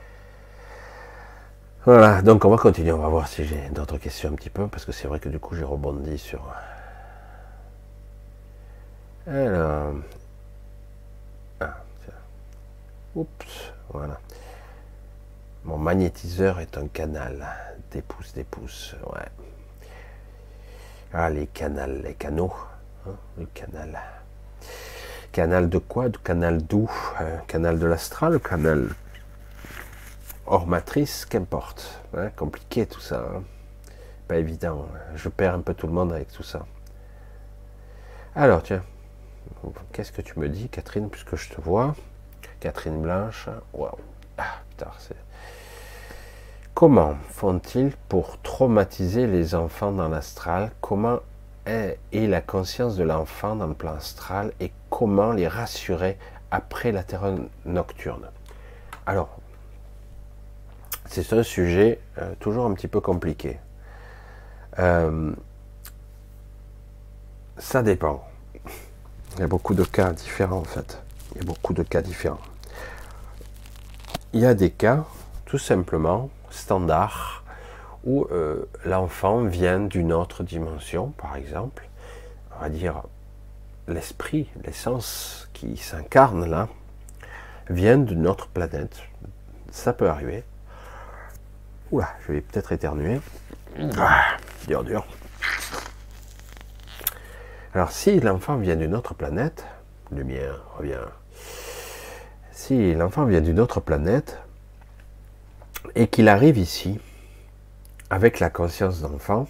Voilà, donc on va continuer, on va voir si j'ai d'autres questions un petit peu, parce que c'est vrai que du coup j'ai rebondi sur... Alors... Ah, tiens. Oups, voilà. Mon magnétiseur est un canal. Des pouces, ouais. Ah, les canaux. Hein, le canal. Canal de quoi? De canal d'où? Canal de l'astral, canal hors matrice, qu'importe. Hein, compliqué tout ça. Hein. Pas évident. Je perds un peu tout le monde avec tout ça. Alors, tiens. Qu'est-ce que tu me dis, Catherine, puisque je te vois? Catherine Blanche. Waouh. Ah, putain, c'est... Comment font-ils pour traumatiser les enfants dans l'astral? Comment est la conscience de l'enfant dans le plan astral et comment les rassurer après la terreur nocturne? Alors, c'est un sujet toujours un petit peu compliqué. Ça dépend. Il y a beaucoup de cas différents en fait. Il y a des cas, tout simplement, standards, où l'enfant vient d'une autre dimension, par exemple, on va dire l'esprit, l'essence qui s'incarne là, vient d'une autre planète. Ça peut arriver. Oula, je vais peut-être éternuer. Ah, dur. Alors si l'enfant vient d'une autre planète, lumière, revient. Si l'enfant vient d'une autre planète, et qu'il arrive ici, avec la conscience d'enfant,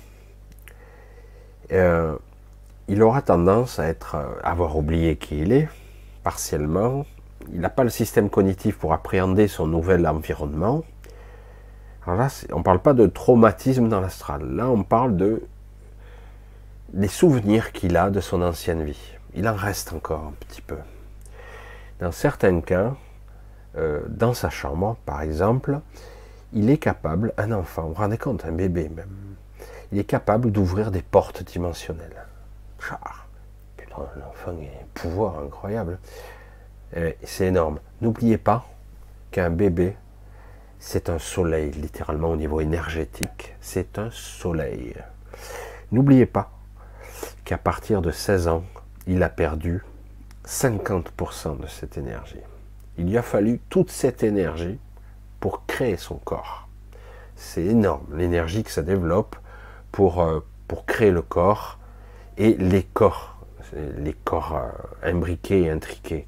il aura tendance à avoir oublié qui il est, partiellement. Il n'a pas le système cognitif pour appréhender son nouvel environnement. Alors là, on ne parle pas de traumatisme dans l'astral. Là, on parle des souvenirs qu'il a de son ancienne vie. Il en reste encore un petit peu. Dans certains cas, dans sa chambre, par exemple, il est capable, un enfant, vous vous rendez compte, un bébé même, il est capable d'ouvrir des portes dimensionnelles. Putain, l'enfant a un pouvoir incroyable. C'est énorme. N'oubliez pas qu'un bébé, c'est un soleil, littéralement au niveau énergétique. C'est un soleil. N'oubliez pas qu'à partir de 16 ans, il a perdu 50% de cette énergie. Il lui a fallu toute cette énergie pour créer son corps. C'est énorme, l'énergie que ça développe pour créer le corps et les corps imbriqués et intriqués.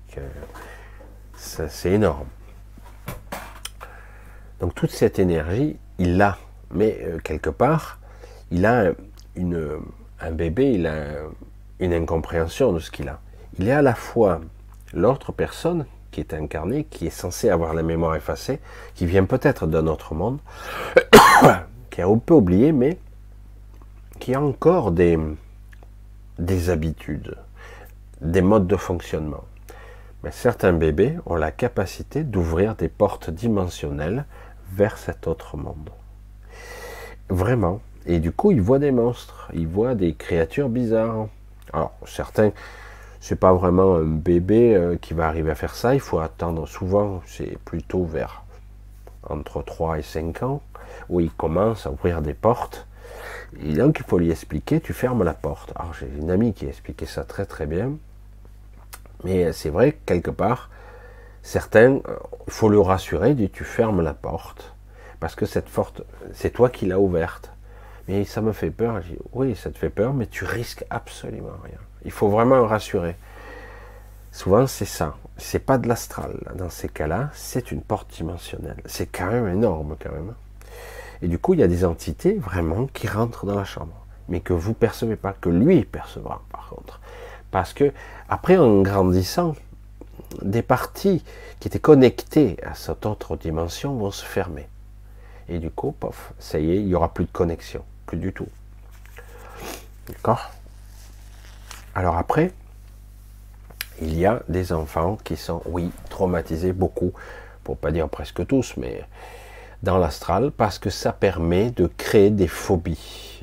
C'est énorme. Donc toute cette énergie, il l'a Mais quelque part, il a un bébé, il a une incompréhension de ce qu'il a. Il est à la fois l'autre personne qui est incarnée, qui est censée avoir la mémoire effacée, qui vient peut-être d'un autre monde, qui a un peu oublié, mais qui a encore des habitudes, des modes de fonctionnement. Mais certains bébés ont la capacité d'ouvrir des portes dimensionnelles vers cet autre monde. Vraiment. Et du coup, ils voient des monstres, ils voient des créatures bizarres. Alors, certains, c'est pas vraiment un bébé qui va arriver à faire ça, il faut attendre souvent, c'est plutôt vers entre 3 et 5 ans, où il commence à ouvrir des portes. Et donc, il faut lui expliquer, tu fermes la porte. Alors, j'ai une amie qui a expliqué ça très très bien, mais c'est vrai que quelque part, certains, il faut le rassurer, dit tu fermes la porte, parce que cette porte, c'est toi qui l'as ouverte. Mais ça me fait peur. Je dis, oui, ça te fait peur, mais tu risques absolument rien. Il faut vraiment le rassurer. Souvent, c'est ça. C'est pas de l'astral. Dans ces cas-là, c'est une porte dimensionnelle. C'est quand même énorme, quand même. Et du coup, il y a des entités vraiment qui rentrent dans la chambre, mais que vous percevez pas, que lui percevra, par contre. Parce que après, en grandissant, des parties qui étaient connectées à cette autre dimension vont se fermer. Et du coup, pof, ça y est, il n'y aura plus de connexion. Plus du tout. D'accord? Alors après, il y a des enfants qui sont, oui, traumatisés, beaucoup, pour pas dire presque tous, mais dans l'astral, parce que ça permet de créer des phobies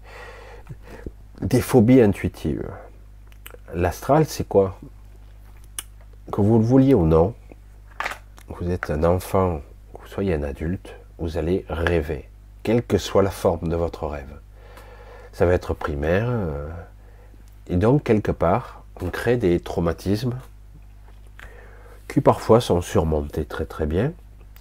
intuitives. L'astral, c'est quoi? Que vous le vouliez ou non, vous êtes un enfant, que vous soyez un adulte, vous allez rêver, quelle que soit la forme de votre rêve. Ça va être primaire, et donc quelque part, on crée des traumatismes qui parfois sont surmontés très très bien,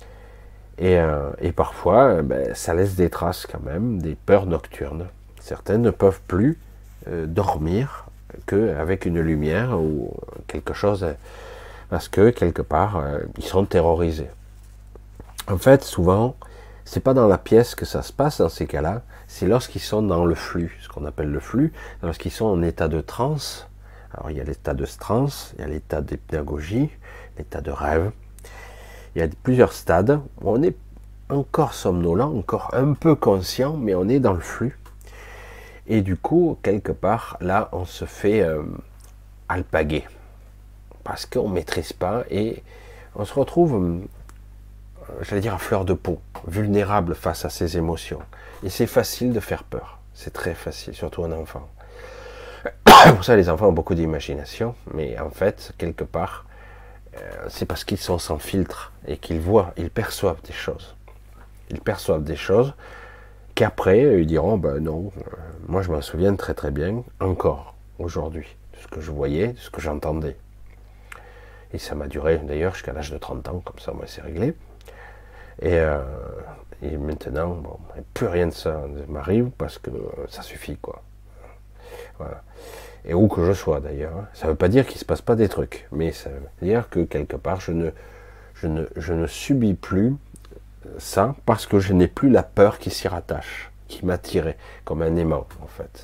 et parfois ça laisse des traces quand même, des peurs nocturnes. Certains ne peuvent plus dormir qu'avec une lumière ou quelque chose, parce que quelque part ils sont terrorisés. En fait, souvent, c'est pas dans la pièce que ça se passe dans ces cas-là, c'est lorsqu'ils sont dans le flux, ce qu'on appelle le flux, lorsqu'ils sont en état de transe. Alors il y a l'état de transe, il y a l'état d'hypnagogie, l'état de rêve. Il y a plusieurs stades où on est encore somnolent, encore un peu conscient, mais on est dans le flux. Et du coup, quelque part, là, on se fait alpaguer. Parce qu'on ne maîtrise pas et on se retrouve, j'allais dire, à fleur de peau, vulnérable face à ses émotions. Et c'est facile de faire peur. C'est très facile, surtout un enfant. Pour ça, les enfants ont beaucoup d'imagination, mais en fait, quelque part, c'est parce qu'ils sont sans filtre et qu'ils voient, ils perçoivent des choses. Ils perçoivent des choses qu'après, ils diront, ben non, moi je m'en souviens très très bien, encore, aujourd'hui, de ce que je voyais, de ce que j'entendais. Et ça m'a duré d'ailleurs jusqu'à l'âge de 30 ans, comme ça, moi c'est réglé. Et maintenant, bon, plus rien de ça ne m'arrive parce que ça suffit, quoi. Voilà. Et où que je sois d'ailleurs. Ça ne veut pas dire qu'il ne se passe pas des trucs, mais ça veut dire que quelque part, je ne subis plus ça parce que je n'ai plus la peur qui s'y rattache, qui m'attirait comme un aimant, en fait.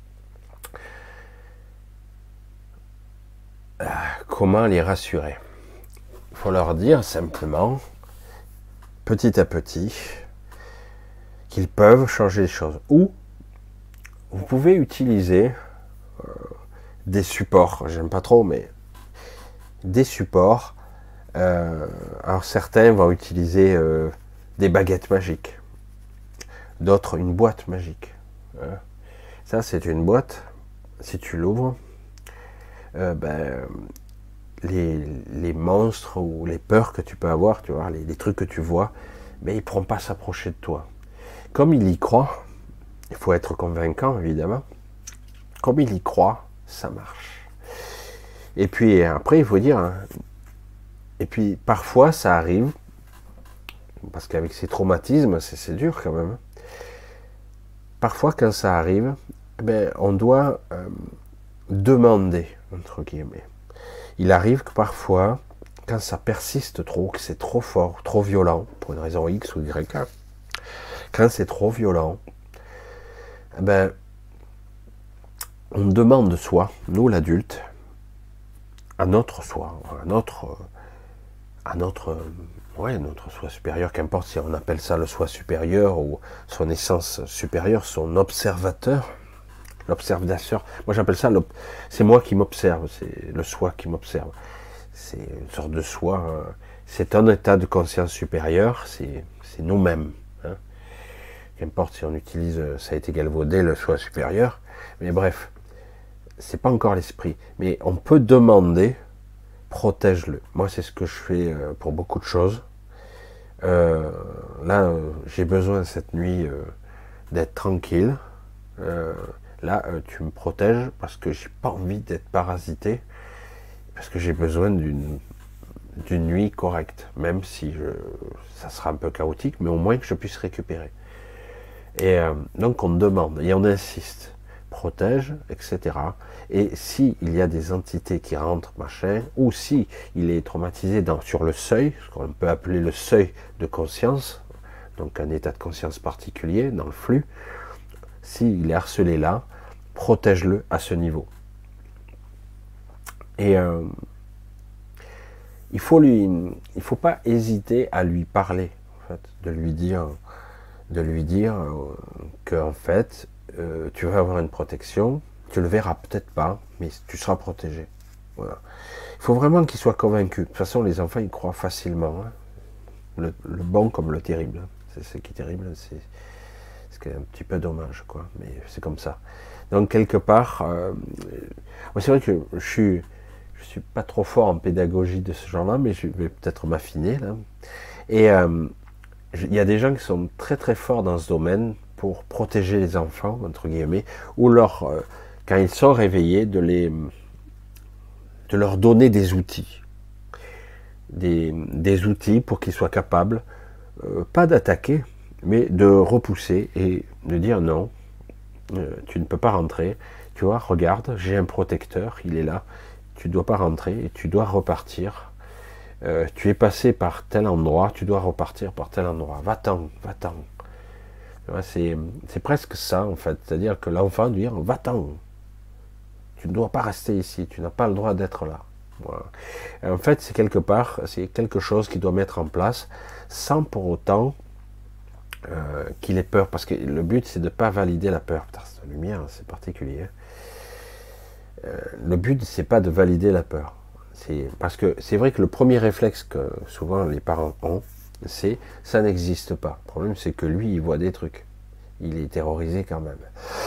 Comment les rassurer? Il faut leur dire simplement, petit à petit, qu'ils peuvent changer les choses. Ou vous pouvez utiliser des supports, j'aime pas trop, mais des supports. Alors certains vont utiliser des baguettes magiques, d'autres une boîte magique. Ça c'est une boîte, si tu l'ouvres, les monstres ou les peurs que tu peux avoir, tu vois, les trucs que tu vois, mais ils ne pourront pas s'approcher de toi. Comme il y croit, il faut être convaincant évidemment, comme il y croit, ça marche. Et puis après il faut dire, hein, et puis parfois ça arrive, parce qu'avec ces traumatismes, c'est dur quand même. Parfois quand ça arrive, on doit demander, entre guillemets. Il arrive que parfois, quand ça persiste trop, que c'est trop fort, trop violent, pour une raison X ou Y, Quand c'est trop violent, eh ben, on demande de soi, nous l'adulte, à notre soi, notre soi supérieur, qu'importe si on appelle ça le soi supérieur ou son essence supérieure, son observateur, l'observateur. Moi j'appelle ça, c'est moi qui m'observe, c'est le soi qui m'observe. C'est une sorte de soi, c'est un état de conscience supérieure, c'est nous-mêmes. Hein. Qu'importe si on utilise, ça a été galvaudé, le soi supérieur, mais bref, c'est pas encore l'esprit. Mais on peut demander, protège-le. Moi c'est ce que je fais pour beaucoup de choses. Là, j'ai besoin cette nuit d'être tranquille. Là, tu me protèges parce que j'ai pas envie d'être parasité, parce que j'ai besoin d'une nuit correcte, même si ça sera un peu chaotique, mais au moins que je puisse récupérer. Et donc on demande et on insiste, protège, etc. Et si il y a des entités qui rentrent, machin, ou si il est traumatisé sur le seuil, ce qu'on peut appeler le seuil de conscience, donc un état de conscience particulier dans le flux, s'il est harcelé là, protège-le à ce niveau. Et il faut pas hésiter à lui parler, en fait, de lui dire que en fait, tu vas avoir une protection, tu le verras peut-être pas, mais tu seras protégé. Voilà. Il faut vraiment qu'il soit convaincu. De toute façon, les enfants, ils croient facilement. Hein. Le bon comme le terrible. C'est ce qui est terrible, c'est un petit peu dommage, quoi. Mais c'est comme ça. Donc quelque part, c'est vrai que je suis pas trop fort en pédagogie de ce genre-là, mais je vais peut-être m'affiner là. Et il y a des gens qui sont très très forts dans ce domaine pour protéger les enfants, entre guillemets, ou quand ils sont réveillés, de leur donner des outils. Des outils pour qu'ils soient capables, pas d'attaquer, mais de repousser et de dire non, tu ne peux pas rentrer, tu vois, regarde, j'ai un protecteur, il est là, tu ne dois pas rentrer et tu dois repartir. Tu es passé par tel endroit, tu dois repartir par tel endroit. Va-t'en, va-t'en. C'est presque ça, en fait. C'est-à-dire que l'enfant doit dire, va-t'en. Tu ne dois pas rester ici, tu n'as pas le droit d'être là. Voilà. En fait, c'est quelque chose qu'il doit mettre en place, sans pour autant qu'il ait peur. Parce que le but, c'est de ne pas valider la peur. Putain, cette lumière, c'est particulier. Le but, c'est pas de valider la peur. Parce que c'est vrai que le premier réflexe que souvent les parents ont, c'est ça n'existe pas. Le problème, c'est que lui, il voit des trucs. Il est terrorisé quand même.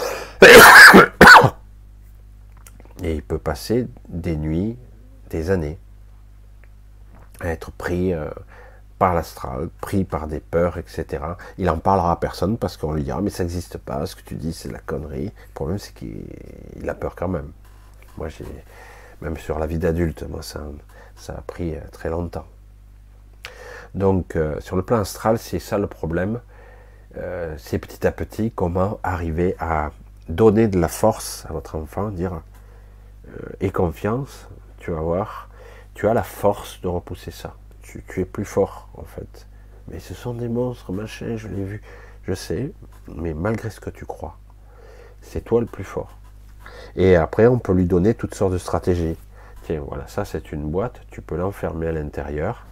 Et il peut passer des nuits, des années, à être pris par l'astral, pris par des peurs, etc. Il en parlera à personne parce qu'on lui dira, mais ça n'existe pas, ce que tu dis, c'est de la connerie. Le problème, c'est qu'il a peur quand même. Moi, même sur la vie d'adulte, moi, ça a pris très longtemps. Donc, sur le plan astral, c'est ça le problème. C'est petit à petit comment arriver à donner de la force à votre enfant, dire aie confiance, tu vas voir, tu as la force de repousser ça. Tu es plus fort, en fait. Mais ce sont des monstres, machin, je l'ai vu. Je sais, mais malgré ce que tu crois, c'est toi le plus fort. Et après, on peut lui donner toutes sortes de stratégies. Tiens, voilà, ça c'est une boîte, tu peux l'enfermer à l'intérieur,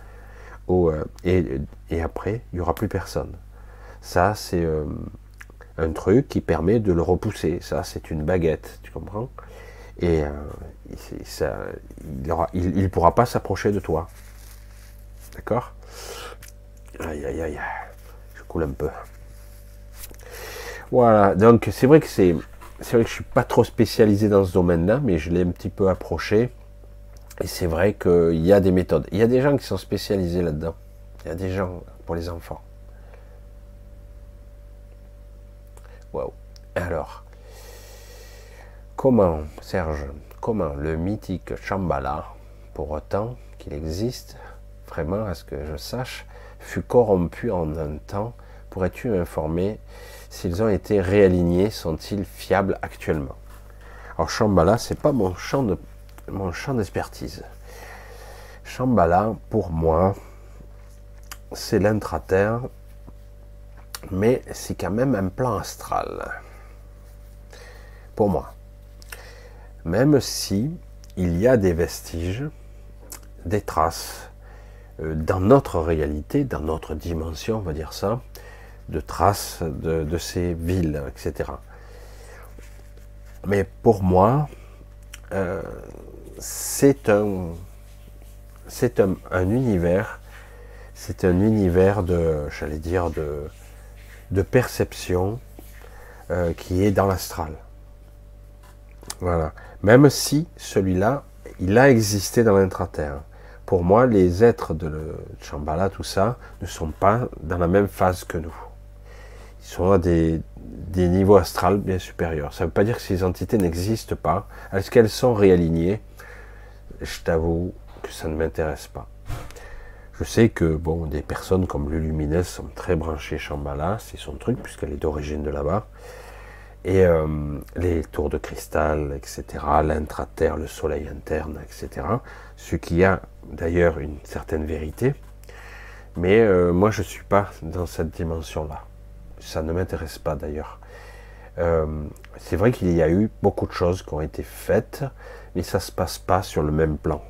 et après, il n'y aura plus personne. Ça, c'est un truc qui permet de le repousser. Ça, c'est une baguette, tu comprends? Et il ne pourra pas s'approcher de toi. D'accord? Aïe, aïe, aïe. Je coule un peu. Voilà, donc c'est vrai que je suis pas trop spécialisé dans ce domaine-là, mais je l'ai un petit peu approché. Et c'est vrai qu'il y a des méthodes. Il y a des gens qui sont spécialisés là-dedans. Il y a des gens pour les enfants. Waouh. Alors, Serge, comment le mythique Shambhala, pour autant qu'il existe, vraiment à ce que je sache, fut corrompu en un temps? Pourrais-tu m'informer s'ils ont été réalignés? Sont-ils fiables actuellement? Alors Shambhala, c'est pas mon champ d'expertise. Shambhala, pour moi, c'est l'intraterre mais c'est quand même un plan astral, pour moi. Même si il y a des vestiges, des traces, dans notre réalité, dans notre dimension, on va dire ça, de traces de ces villes, etc. Mais pour moi, c'est un univers, c'est un univers de, j'allais dire, de perception qui est dans l'astral. Voilà. Même si celui-là, il a existé dans l'intraterre. Pour moi, les êtres de Shambhala, tout ça, ne sont pas dans la même phase que nous. Ils sont à des niveaux astrales bien supérieurs. Ça ne veut pas dire que ces entités n'existent pas. Est-ce qu'elles sont réalignées? Je t'avoue que ça ne m'intéresse pas. Je sais que bon, des personnes comme Lulumineuse sont très branchées Shambhala, c'est son truc, puisqu'elle est d'origine de là-bas. Et les tours de cristal, etc., l'intraterre, le soleil interne, etc. Ce qui a d'ailleurs une certaine vérité. Mais moi, je ne suis pas dans cette dimension-là. Ça ne m'intéresse pas d'ailleurs. C'est vrai qu'il y a eu beaucoup de choses qui ont été faites, mais ça ne se passe pas sur le même plan.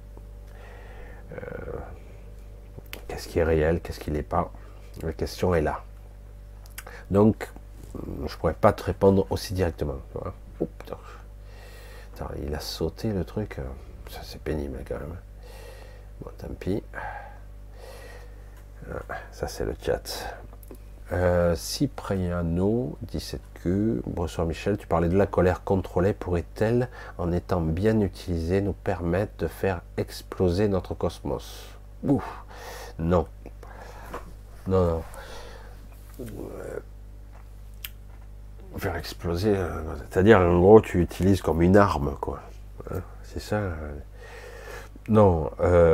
Qu'est-ce qui est réel, qu'est-ce qui n'est pas? La question est là. Donc, je ne pourrais pas te répondre aussi directement. Oh, putain. Attends, il a sauté le truc. Ça, c'est pénible quand même. Bon, tant pis. Ça, c'est le chat. Cipriano, 17Q. Bonsoir Michel, tu parlais de la colère contrôlée. Pourrait-elle, en étant bien utilisée, nous permettre de faire exploser notre cosmos? Ouf. Non. Non, non. Faire exploser, c'est-à-dire en gros tu utilises comme une arme, quoi. C'est ça. Non,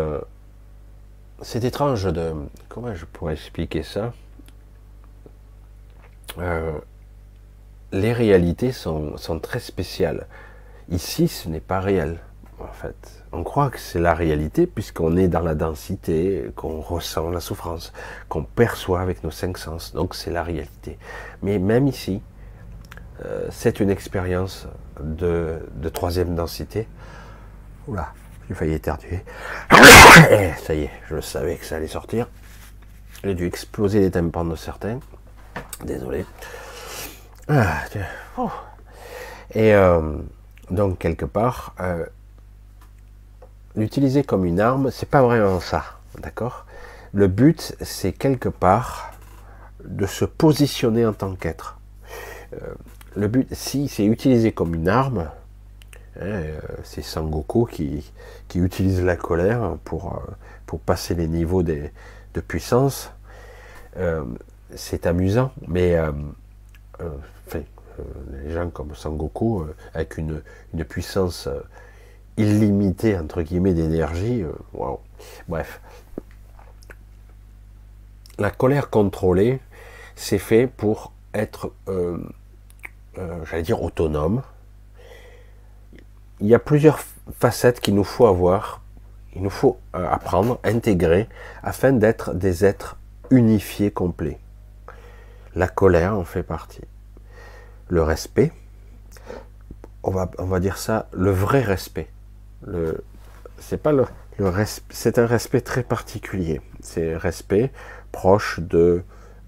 c'est étrange de... Comment je pourrais expliquer ça? Les réalités sont très spéciales. Ici, ce n'est pas réel, en fait. On croit que c'est la réalité puisqu'on est dans la densité, qu'on ressent la souffrance, qu'on perçoit avec nos 5 sens. Donc c'est la réalité. Mais même ici, c'est une expérience de 3e densité. Oula, j'ai failli éternuer. Ça y est, je savais que ça allait sortir. J'ai dû exploser les tympans de certains. Désolé. Oh. Et donc quelque part, l'utiliser comme une arme, c'est pas vraiment ça, d'accord? Le but, c'est quelque part de se positionner en tant qu'être. Le but, si c'est utilisé comme une arme, c'est Sangoku qui utilise la colère pour passer les niveaux de puissance. C'est amusant, mais les gens comme Sangoku, avec une puissance illimitée, entre guillemets, d'énergie, wow. Bref. La colère contrôlée, c'est fait pour être, j'allais dire, autonome. Il y a plusieurs facettes qu'il nous faut avoir, il nous faut apprendre, intégrer, afin d'être des êtres unifiés, complets. La colère en fait partie. Le respect, on va dire ça, le vrai respect. C'est pas le respect, c'est un respect très particulier. C'est respect proche de,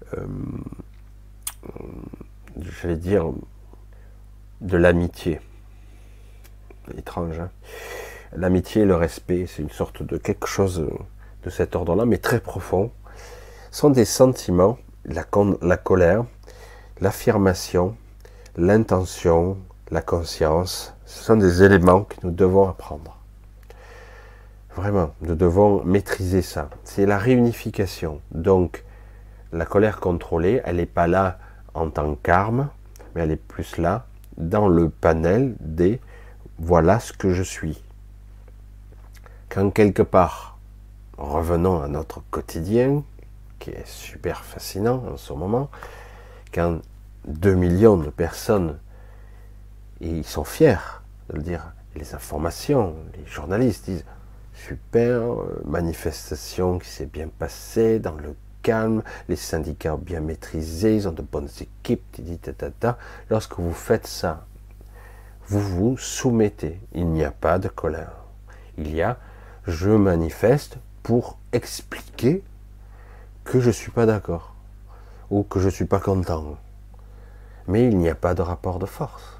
j'allais dire, de l'amitié. Étrange, hein. L'amitié et le respect, c'est une sorte de quelque chose de cet ordre-là, mais très profond. Ce sont des sentiments, la colère, l'affirmation, l'intention, la conscience. Ce sont des éléments que nous devons apprendre. Vraiment, nous devons maîtriser ça. C'est la réunification. Donc, la colère contrôlée, elle n'est pas là en tant qu'arme, mais elle est plus là dans le panel des voilà ce que je suis. Quand quelque part, revenons à notre quotidien, qui est super fascinant en ce moment, quand 2 millions de personnes, et ils sont fiers de le dire, les informations, les journalistes disent super, manifestation qui s'est bien passée dans le calme, les syndicats bien maîtrisés, ils ont de bonnes équipes, lorsque vous faites ça, vous vous soumettez. Il n'y a pas de colère. Il y a, je manifeste pour expliquer que je ne suis pas d'accord ou que je ne suis pas content. Mais il n'y a pas de rapport de force.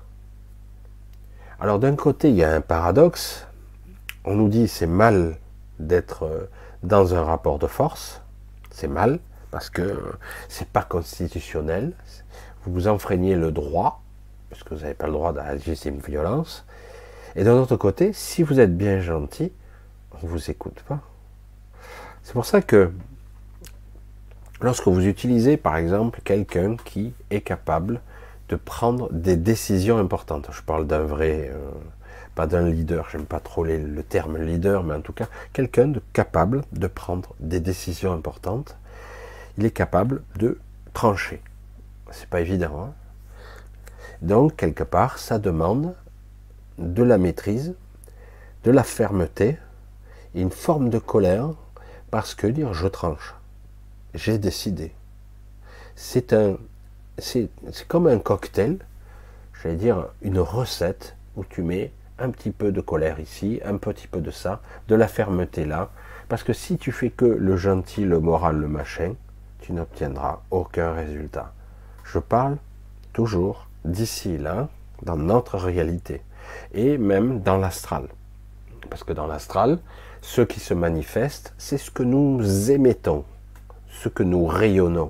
Alors d'un côté, il y a un paradoxe. On nous dit c'est mal d'être dans un rapport de force. C'est mal parce que c'est pas constitutionnel. Vous vous enfreignez le droit parce que vous n'avez pas le droit d'agir une violence. Et d'un autre côté, si vous êtes bien gentil, on ne vous écoute pas. C'est pour ça que lorsque vous utilisez par exemple quelqu'un qui est capable de prendre des décisions importantes, je parle d'un vrai, pas d'un leader, j'aime pas trop le terme leader, mais en tout cas quelqu'un de capable de prendre des décisions importantes, il est capable de trancher. C'est pas évident, hein. Donc quelque part ça demande de la maîtrise, de la fermeté, et une forme de colère, parce que dire je tranche, j'ai décidé. C'est comme un cocktail, j'allais dire une recette où tu mets un petit peu de colère ici, un petit peu de ça, de la fermeté là, parce que si tu fais que le gentil, le moral, le machin, tu n'obtiendras aucun résultat. Je parle toujours d'ici là, dans notre réalité, et même dans l'astral. Parce que dans l'astral, ce qui se manifeste, c'est ce que nous émettons, ce que nous rayonnons.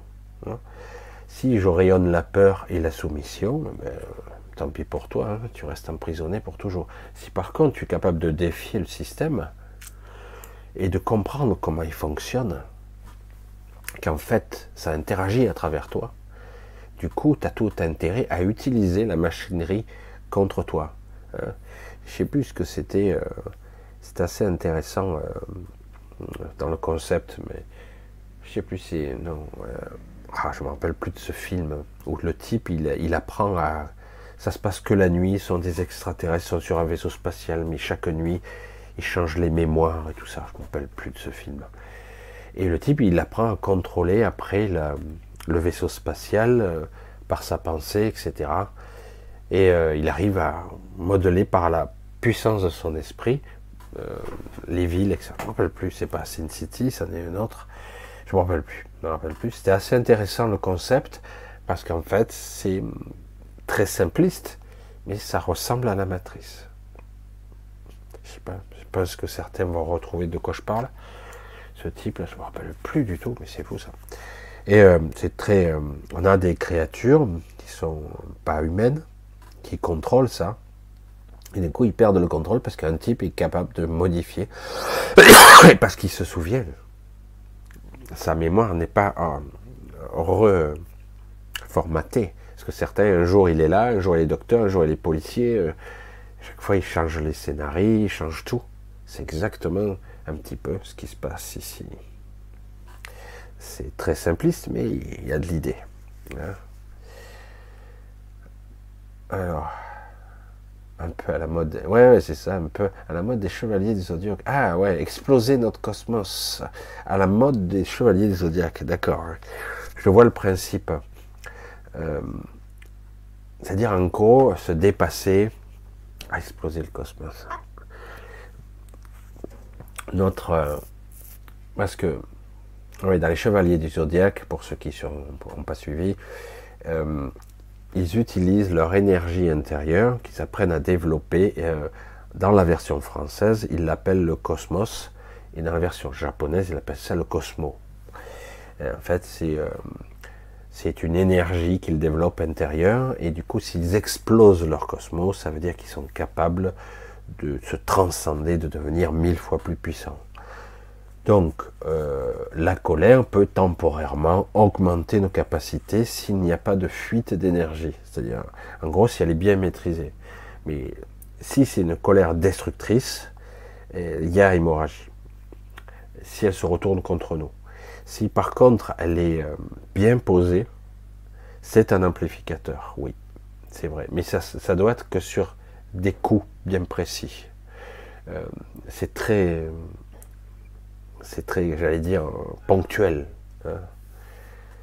Si je rayonne la peur et la soumission, ben, tant pis pour toi, hein, tu restes emprisonné pour toujours. Si par contre tu es capable de défier le système et de comprendre comment il fonctionne, qu'en fait ça interagit à travers toi, du coup tu as tout intérêt à utiliser la machinerie contre toi. Hein. Je ne sais plus ce que c'était, c'est assez intéressant dans le concept, mais je ne sais plus si... Non, je ne me rappelle plus de ce film où le type il apprend à... Ça se passe que la nuit, sont des extraterrestres, sont sur un vaisseau spatial, mais chaque nuit ils changent les mémoires et tout ça. Je ne me rappelle plus de ce film. Et le type il apprend à contrôler après le vaisseau spatial par sa pensée, etc. Et il arrive à modeler par la puissance de son esprit les villes, etc. Je ne me rappelle plus, c'est pas Sin City, c'en est une autre. Je me rappelle plus. C'était assez intéressant le concept parce qu'en fait c'est très simpliste, mais ça ressemble à la matrice. Je sais pas, je pense que certains vont retrouver de quoi je parle. Ce type-là, je me rappelle plus du tout, mais c'est fou ça. Et c'est très, on a des créatures qui sont pas humaines, qui contrôlent ça. Et du coup, ils perdent le contrôle parce qu'un type est capable de modifier, et parce qu'il se souvient. Sa mémoire n'est pas reformatée. Parce que certains, un jour il est là, un jour il est docteur, un jour il est policier. Chaque fois il change les scénarios, il change tout. C'est exactement un petit peu ce qui se passe ici. C'est très simpliste, mais il y a de l'idée. Hein. Alors, un peu à la mode, ouais, c'est ça, un peu à la mode des chevaliers du zodiaque. Ah ouais, exploser notre cosmos, à la mode des chevaliers du zodiaque, d'accord. Je vois le principe. C'est-à-dire en gros, se dépasser, à exploser le cosmos. Parce que, oui, dans les chevaliers du zodiaque, pour ceux qui n'ont pas suivi, ils utilisent leur énergie intérieure qu'ils apprennent à développer. Dans la version française, ils l'appellent le cosmos, et dans la version japonaise, ils appellent ça le cosmo. Et en fait, c'est une énergie qu'ils développent intérieure, et du coup, s'ils explosent leur cosmos, ça veut dire qu'ils sont capables de se transcender, de devenir 1000 fois plus puissants. Donc, la colère peut temporairement augmenter nos capacités s'il n'y a pas de fuite d'énergie. C'est-à-dire, en gros, si elle est bien maîtrisée. Mais si c'est une colère destructrice, il y a hémorragie. Si elle se retourne contre nous. Si par contre, elle est bien posée, c'est un amplificateur, oui, c'est vrai. Mais ça doit être que sur des coups bien précis. C'est très, j'allais dire, ponctuel. Hein.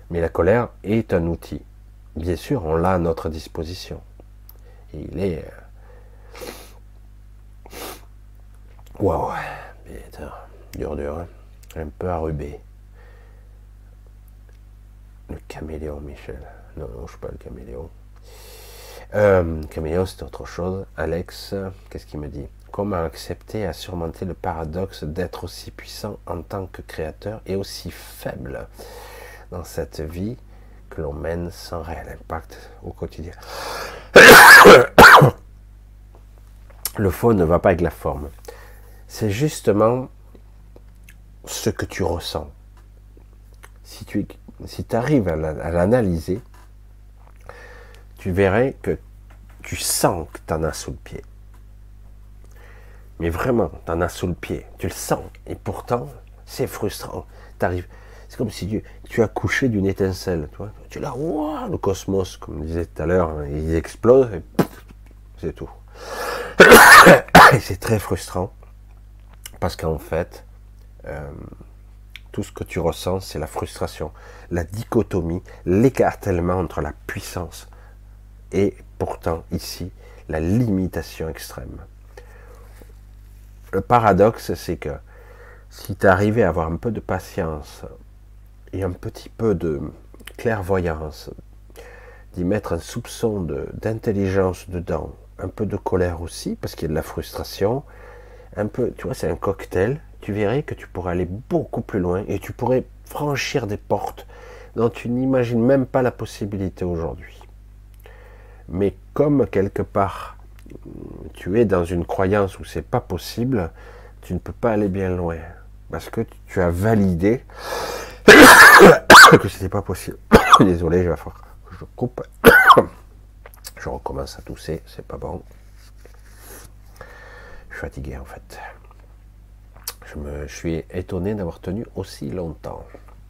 Mais la colère est un outil. Bien sûr, on l'a à notre disposition. Et il est... Waouh, putain, dur, hein. Un peu arrubé. Le caméléon, Michel. Non, je ne suis pas le caméléon. Caméléon, c'est autre chose. Alex, qu'est-ce qu'il me dit? Comment accepter et surmonter le paradoxe d'être aussi puissant en tant que créateur et aussi faible dans cette vie que l'on mène sans réel impact au quotidien? Le fond ne va pas avec la forme. C'est justement ce que tu ressens. Si tu arrives à l'analyser, tu verrais que tu sens que tu en as sous le pied. Mais vraiment, tu en as sous le pied. Tu le sens. Et pourtant, c'est frustrant. C'est comme si tu as couché d'une étincelle. Tu es là, wow, le cosmos, comme je disais tout à l'heure, hein, il explose et c'est tout. Et c'est très frustrant. Parce qu'en fait, tout ce que tu ressens, c'est la frustration, la dichotomie, l'écartèlement entre la puissance et pourtant ici, la limitation extrême. Le paradoxe, c'est que si tu arrivais à avoir un peu de patience et un petit peu de clairvoyance, d'y mettre un soupçon d'intelligence dedans, un peu de colère aussi, parce qu'il y a de la frustration, un peu, tu vois, c'est un cocktail, tu verrais que tu pourrais aller beaucoup plus loin et tu pourrais franchir des portes dont tu n'imagines même pas la possibilité aujourd'hui. Mais comme quelque part tu es dans une croyance où c'est pas possible, tu ne peux pas aller bien loin parce que tu as validé que c'était pas possible. Désolé, je vais faire que je coupe. Je recommence à tousser, c'est pas bon. Je suis fatigué en fait. Je suis étonné d'avoir tenu aussi longtemps.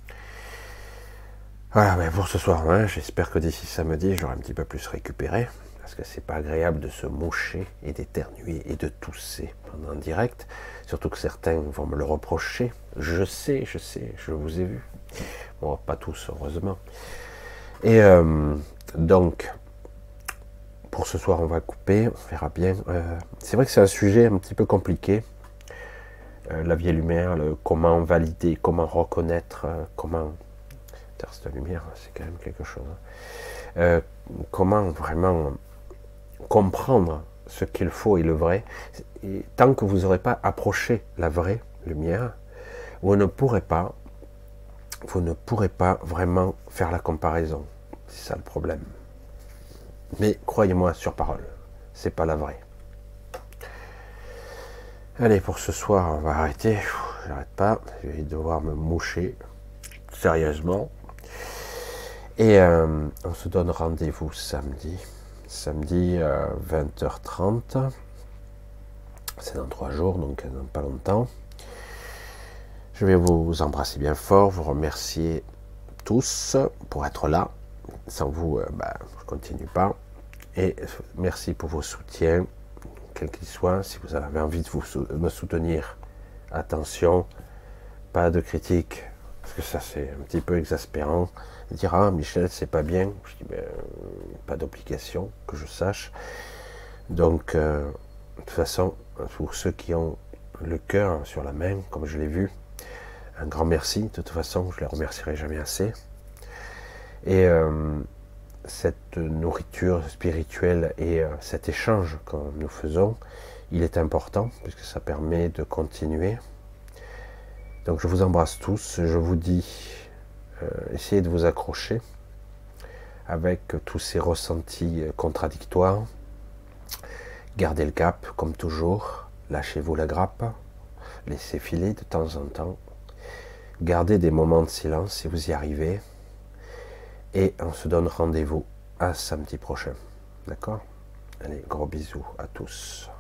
Voilà, mais pour ce soir, hein, j'espère que d'ici samedi, j'aurai un petit peu plus récupéré. Parce que c'est pas agréable de se moucher et d'éternuer et de tousser pendant un direct. Surtout que certains vont me le reprocher. Je sais, je vous ai vu. Bon, pas tous, heureusement. Et donc, pour ce soir, on va couper, on verra bien. C'est vrai que c'est un sujet un petit peu compliqué. La vieille lumière, comment valider, comment reconnaître, comment... Cette lumière, c'est quand même quelque chose. Comment vraiment comprendre ce qu'il faut et le vrai. Et tant que vous n'aurez pas approché la vraie lumière, vous ne pourrez pas vraiment faire la comparaison. C'est ça le problème. Mais croyez-moi sur parole, c'est pas la vraie. Allez, pour ce soir, on va arrêter. J'arrête pas, je vais devoir me moucher sérieusement. Et on se donne rendez-vous samedi 20h30. C'est dans 3 jours, donc dans pas longtemps. Je vais vous embrasser bien fort, vous remercier tous pour être là. Sans vous, je ne continue pas. Et merci pour vos soutiens, quels qu'ils soient. Si vous avez envie de me soutenir, attention, pas de critiques, parce que ça c'est un petit peu exaspérant. Dire ah Michel c'est pas bien, je dis pas d'obligation que je sache. Donc de toute façon, pour ceux qui ont le cœur sur la main, comme je l'ai vu, un grand merci. De toute façon, je les remercierai jamais assez. Et cette nourriture spirituelle et cet échange que nous faisons, il est important puisque ça permet de continuer. Donc je vous embrasse tous, je vous dis essayez de vous accrocher avec tous ces ressentis contradictoires. Gardez le cap comme toujours, lâchez-vous la grappe, laissez filer de temps en temps, gardez des moments de silence si vous y arrivez, et on se donne rendez-vous à samedi prochain. D'accord? Allez, gros bisous à tous.